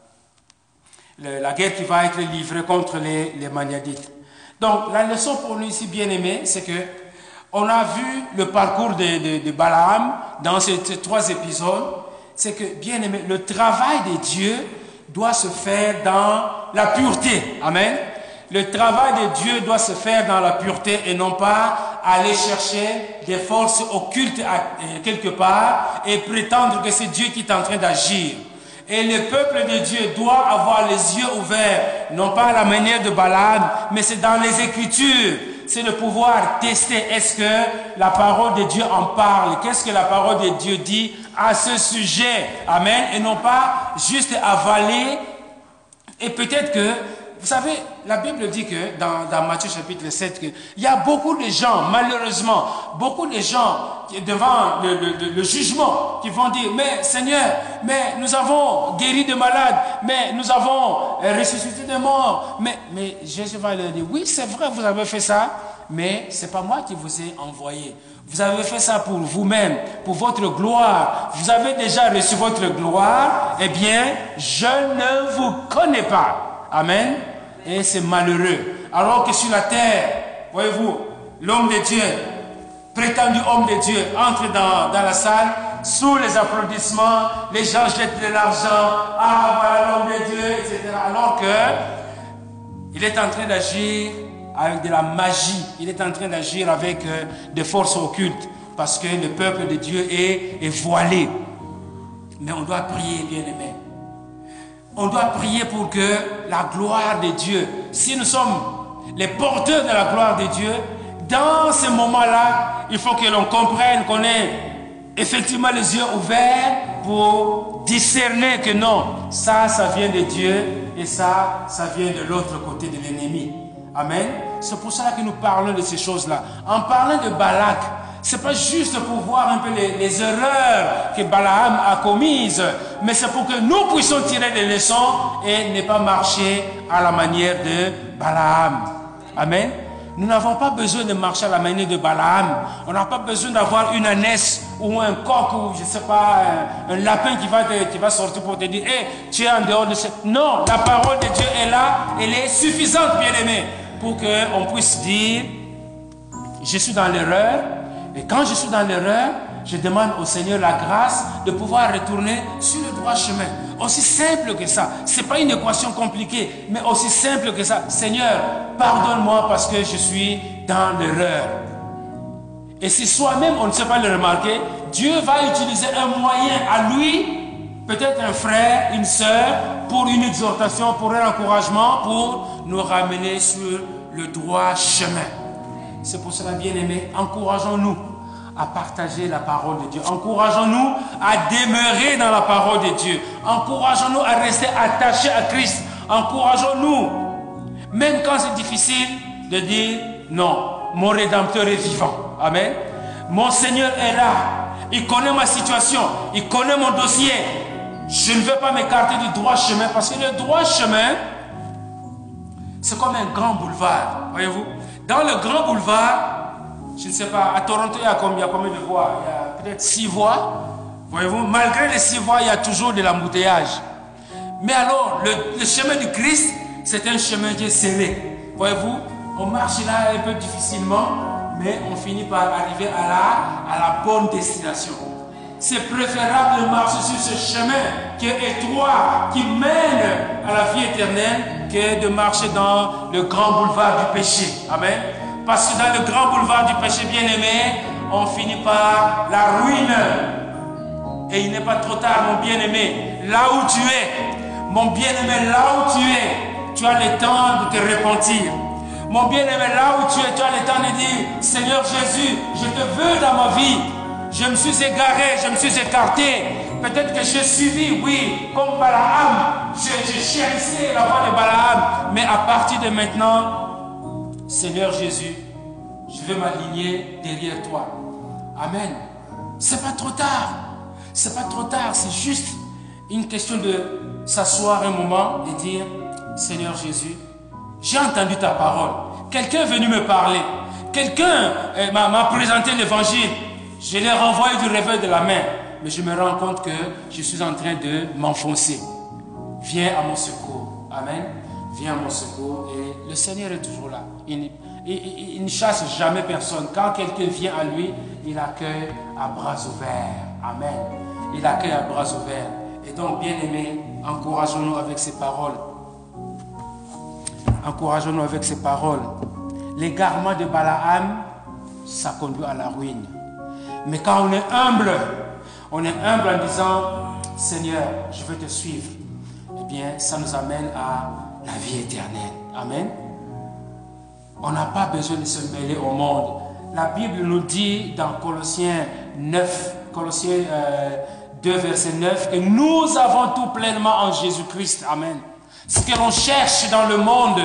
la, la, la guerre qui va être livrée contre les, les Maniadites. Donc, la leçon pour nous ici, bien aimés, c'est que on a vu le parcours de, de, de Balaam dans ces, ces trois épisodes. C'est que, bien aimé, le travail de Dieu doit se faire dans la pureté. Amen. Le travail de Dieu doit se faire dans la pureté et non pas aller chercher des forces occultes à, quelque part et prétendre que c'est Dieu qui est en train d'agir. Et le peuple de Dieu doit avoir les yeux ouverts, non pas à la manière de Balaam, mais c'est dans les Écritures. C'est de pouvoir tester, est-ce que la parole de Dieu en parle? Qu'est-ce que la parole de Dieu dit à ce sujet? Amen. Et non pas juste avaler. Et peut-être que, vous savez, la Bible dit que dans, dans Matthieu chapitre sept, qu'il y a beaucoup de gens, malheureusement, beaucoup de gens qui, devant le, le, le jugement, qui vont dire, mais Seigneur, mais nous avons guéri de malades, mais nous avons ressuscité de morts. Mais, mais Jésus va leur dire, oui, c'est vrai, vous avez fait ça, mais ce n'est pas moi qui vous ai envoyé. Vous avez fait ça pour vous-même, pour votre gloire. Vous avez déjà reçu votre gloire, eh bien, je ne vous connais pas. Amen. Et c'est malheureux. Alors que sur la terre, voyez-vous, l'homme de Dieu, prétendu homme de Dieu, entre dans, dans la salle, sous les applaudissements, les gens jettent de l'argent, ah voilà l'homme de Dieu, et cetera. Alors que il est en train d'agir avec de la magie, il est en train d'agir avec euh, des forces occultes, parce que le peuple de Dieu est, est voilé. Mais on doit prier, bien aimé. On doit prier pour que la gloire de Dieu, si nous sommes les porteurs de la gloire de Dieu, dans ce moment-là, il faut que l'on comprenne qu'on ait effectivement les yeux ouverts pour discerner que non, ça, ça vient de Dieu et ça, ça vient de l'autre côté de l'ennemi. Amen. C'est pour cela que nous parlons de ces choses-là. En parlant de Balak, c'est pas juste pour voir un peu les, les erreurs que Balaam a commises, mais c'est pour que nous puissions tirer des leçons et ne pas marcher à la manière de Balaam. Amen. Nous n'avons pas besoin de marcher à la manière de Balaam. On n'a pas besoin d'avoir une ânesse ou un coq ou je ne sais pas, un, un lapin qui va, te, qui va sortir pour te dire hey, tu es en dehors de ce... Non, la parole de Dieu est là, elle est suffisante, bien-aimé, pour qu'on puisse dire je suis dans l'erreur. Et quand je suis dans l'erreur, je demande au Seigneur la grâce de pouvoir retourner sur le droit chemin. Aussi simple que ça. Ce n'est pas une équation compliquée, mais aussi simple que ça. Seigneur, pardonne-moi parce que je suis dans l'erreur. Et si soi-même on ne sait pas le remarquer, Dieu va utiliser un moyen à lui, peut-être un frère, une sœur, pour une exhortation, pour un encouragement, pour nous ramener sur le droit chemin. C'est pour cela, bien-aimés, encourageons-nous à partager la parole de Dieu. Encourageons-nous à demeurer dans la parole de Dieu. Encourageons-nous à rester attachés à Christ. Encourageons-nous, même quand c'est difficile, de dire non, mon Rédempteur est vivant. Amen. Mon Seigneur est là. Il connaît ma situation. Il connaît mon dossier. Je ne veux pas m'écarter du droit chemin parce que le droit chemin, C'est comme un grand boulevard, voyez-vous. Dans le grand boulevard, je ne sais pas, à Toronto, il y a combien, il y a combien de voies? Il y a peut-être six voies. Voyez-vous, malgré les six voies, il y a toujours de l'embouteillage. Mais alors, le, le chemin du Christ, c'est un chemin qui est serré. Voyez-vous, on marche là un peu difficilement, mais on finit par arriver à la, à la bonne destination. C'est préférable de marcher sur ce chemin qui est étroit, qui mène à la vie éternelle, que de marcher dans le grand boulevard du péché. Amen. Parce que dans le grand boulevard du péché bien-aimé, on finit par la ruine. Et il n'est pas trop tard, mon bien-aimé. Là où tu es, mon bien-aimé, là où tu es, tu as le temps de te repentir. Mon bien-aimé, là où tu es, tu as le temps de dire, Seigneur Jésus, je te veux dans ma vie. Je me suis égaré, je me suis écarté. Peut-être que j'ai suivi, oui, comme Balaam. Je, je chérissais la voix de Balaam. Mais à partir de maintenant, Seigneur Jésus, je veux m'aligner derrière toi. Amen. C'est pas trop tard. C'est pas trop tard. C'est juste une question de s'asseoir un moment et dire, Seigneur Jésus, j'ai entendu ta parole. Quelqu'un est venu me parler. Quelqu'un eh, m'a présenté l'évangile. Je l'ai renvoyé du réveil de la main. Mais je me rends compte que je suis en train de m'enfoncer. Viens à mon secours. Amen. Viens à mon secours. Et le Seigneur est toujours là. Il, il, il, il ne chasse jamais personne. Quand quelqu'un vient à lui, il accueille à bras ouverts. Amen. Il accueille à bras ouverts. Et donc, bien-aimés, encourageons-nous avec ces paroles. Encourageons-nous avec ces paroles. L'égarement de Balaam, ça conduit à la ruine. Mais quand on est humble, on est humble en disant, Seigneur, je veux te suivre. Eh bien, ça nous amène à la vie éternelle. Amen. On n'a pas besoin de se mêler au monde. La Bible nous dit dans Colossiens neuf, Colossiens euh, deux, verset neuf, que nous avons tout pleinement en Jésus-Christ. Amen. Ce que l'on cherche dans le monde,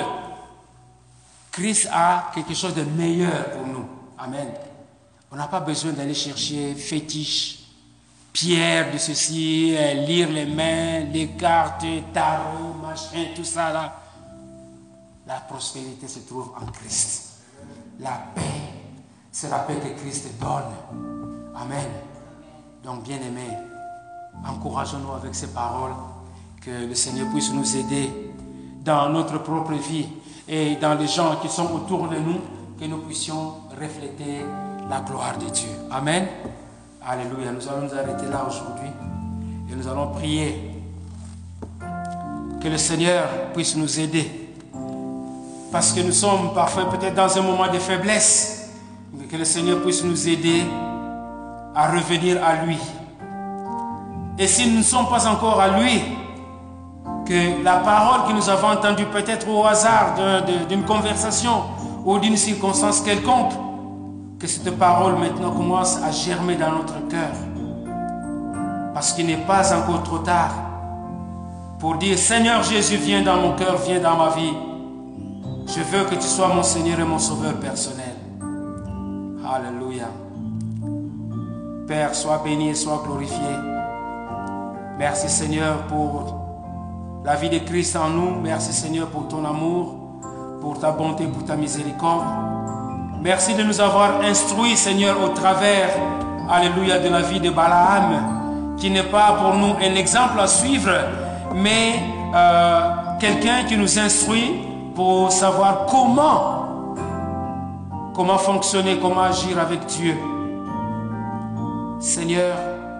Christ a quelque chose de meilleur pour nous. Amen. On n'a pas besoin d'aller chercher fétiche, pierre de ceci, lire les mains, les cartes, tarot, machin, tout ça là. La prospérité se trouve en Christ. La paix, c'est la paix que Christ donne. Amen. Donc, bien-aimés, encourageons-nous avec ces paroles, que le Seigneur puisse nous aider dans notre propre vie et dans les gens qui sont autour de nous, que nous puissions refléter la gloire de Dieu. Amen. Alléluia. Nous allons nous arrêter là aujourd'hui et nous allons prier que le Seigneur puisse nous aider, parce que nous sommes parfois peut-être dans un moment de faiblesse, mais que le Seigneur puisse nous aider à revenir à lui. Et si nous ne sommes pas encore à lui, que la parole que nous avons entendue peut-être au hasard d'une conversation ou d'une circonstance quelconque, que cette parole maintenant commence à germer dans notre cœur. Parce qu'il n'est pas encore trop tard pour dire, Seigneur Jésus, viens dans mon cœur, viens dans ma vie. Je veux que tu sois mon Seigneur et mon Sauveur personnel. Alléluia. Père, sois béni et sois glorifié. Merci Seigneur pour la vie de Christ en nous. Merci Seigneur pour ton amour, pour ta bonté, pour ta miséricorde. Merci de nous avoir instruits, Seigneur, au travers, alléluia, de la vie de Balaam, qui n'est pas pour nous un exemple à suivre, mais euh, quelqu'un qui nous instruit pour savoir comment, comment fonctionner, comment agir avec Dieu. Seigneur,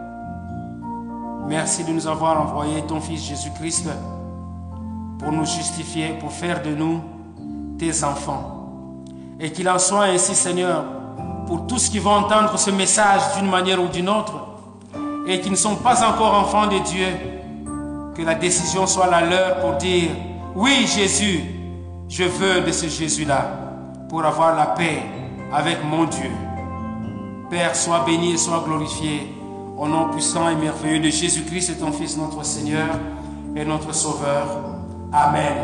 merci de nous avoir envoyé ton Fils Jésus-Christ pour nous justifier, pour faire de nous tes enfants. Et qu'il en soit ainsi, Seigneur, pour tous qui vont entendre ce message d'une manière ou d'une autre et qui ne sont pas encore enfants de Dieu, que la décision soit la leur pour dire, oui Jésus, je veux de ce Jésus-là pour avoir la paix avec mon Dieu. Père, sois béni et sois glorifié au nom puissant et merveilleux de Jésus-Christ, ton Fils, notre Seigneur et notre Sauveur. Amen.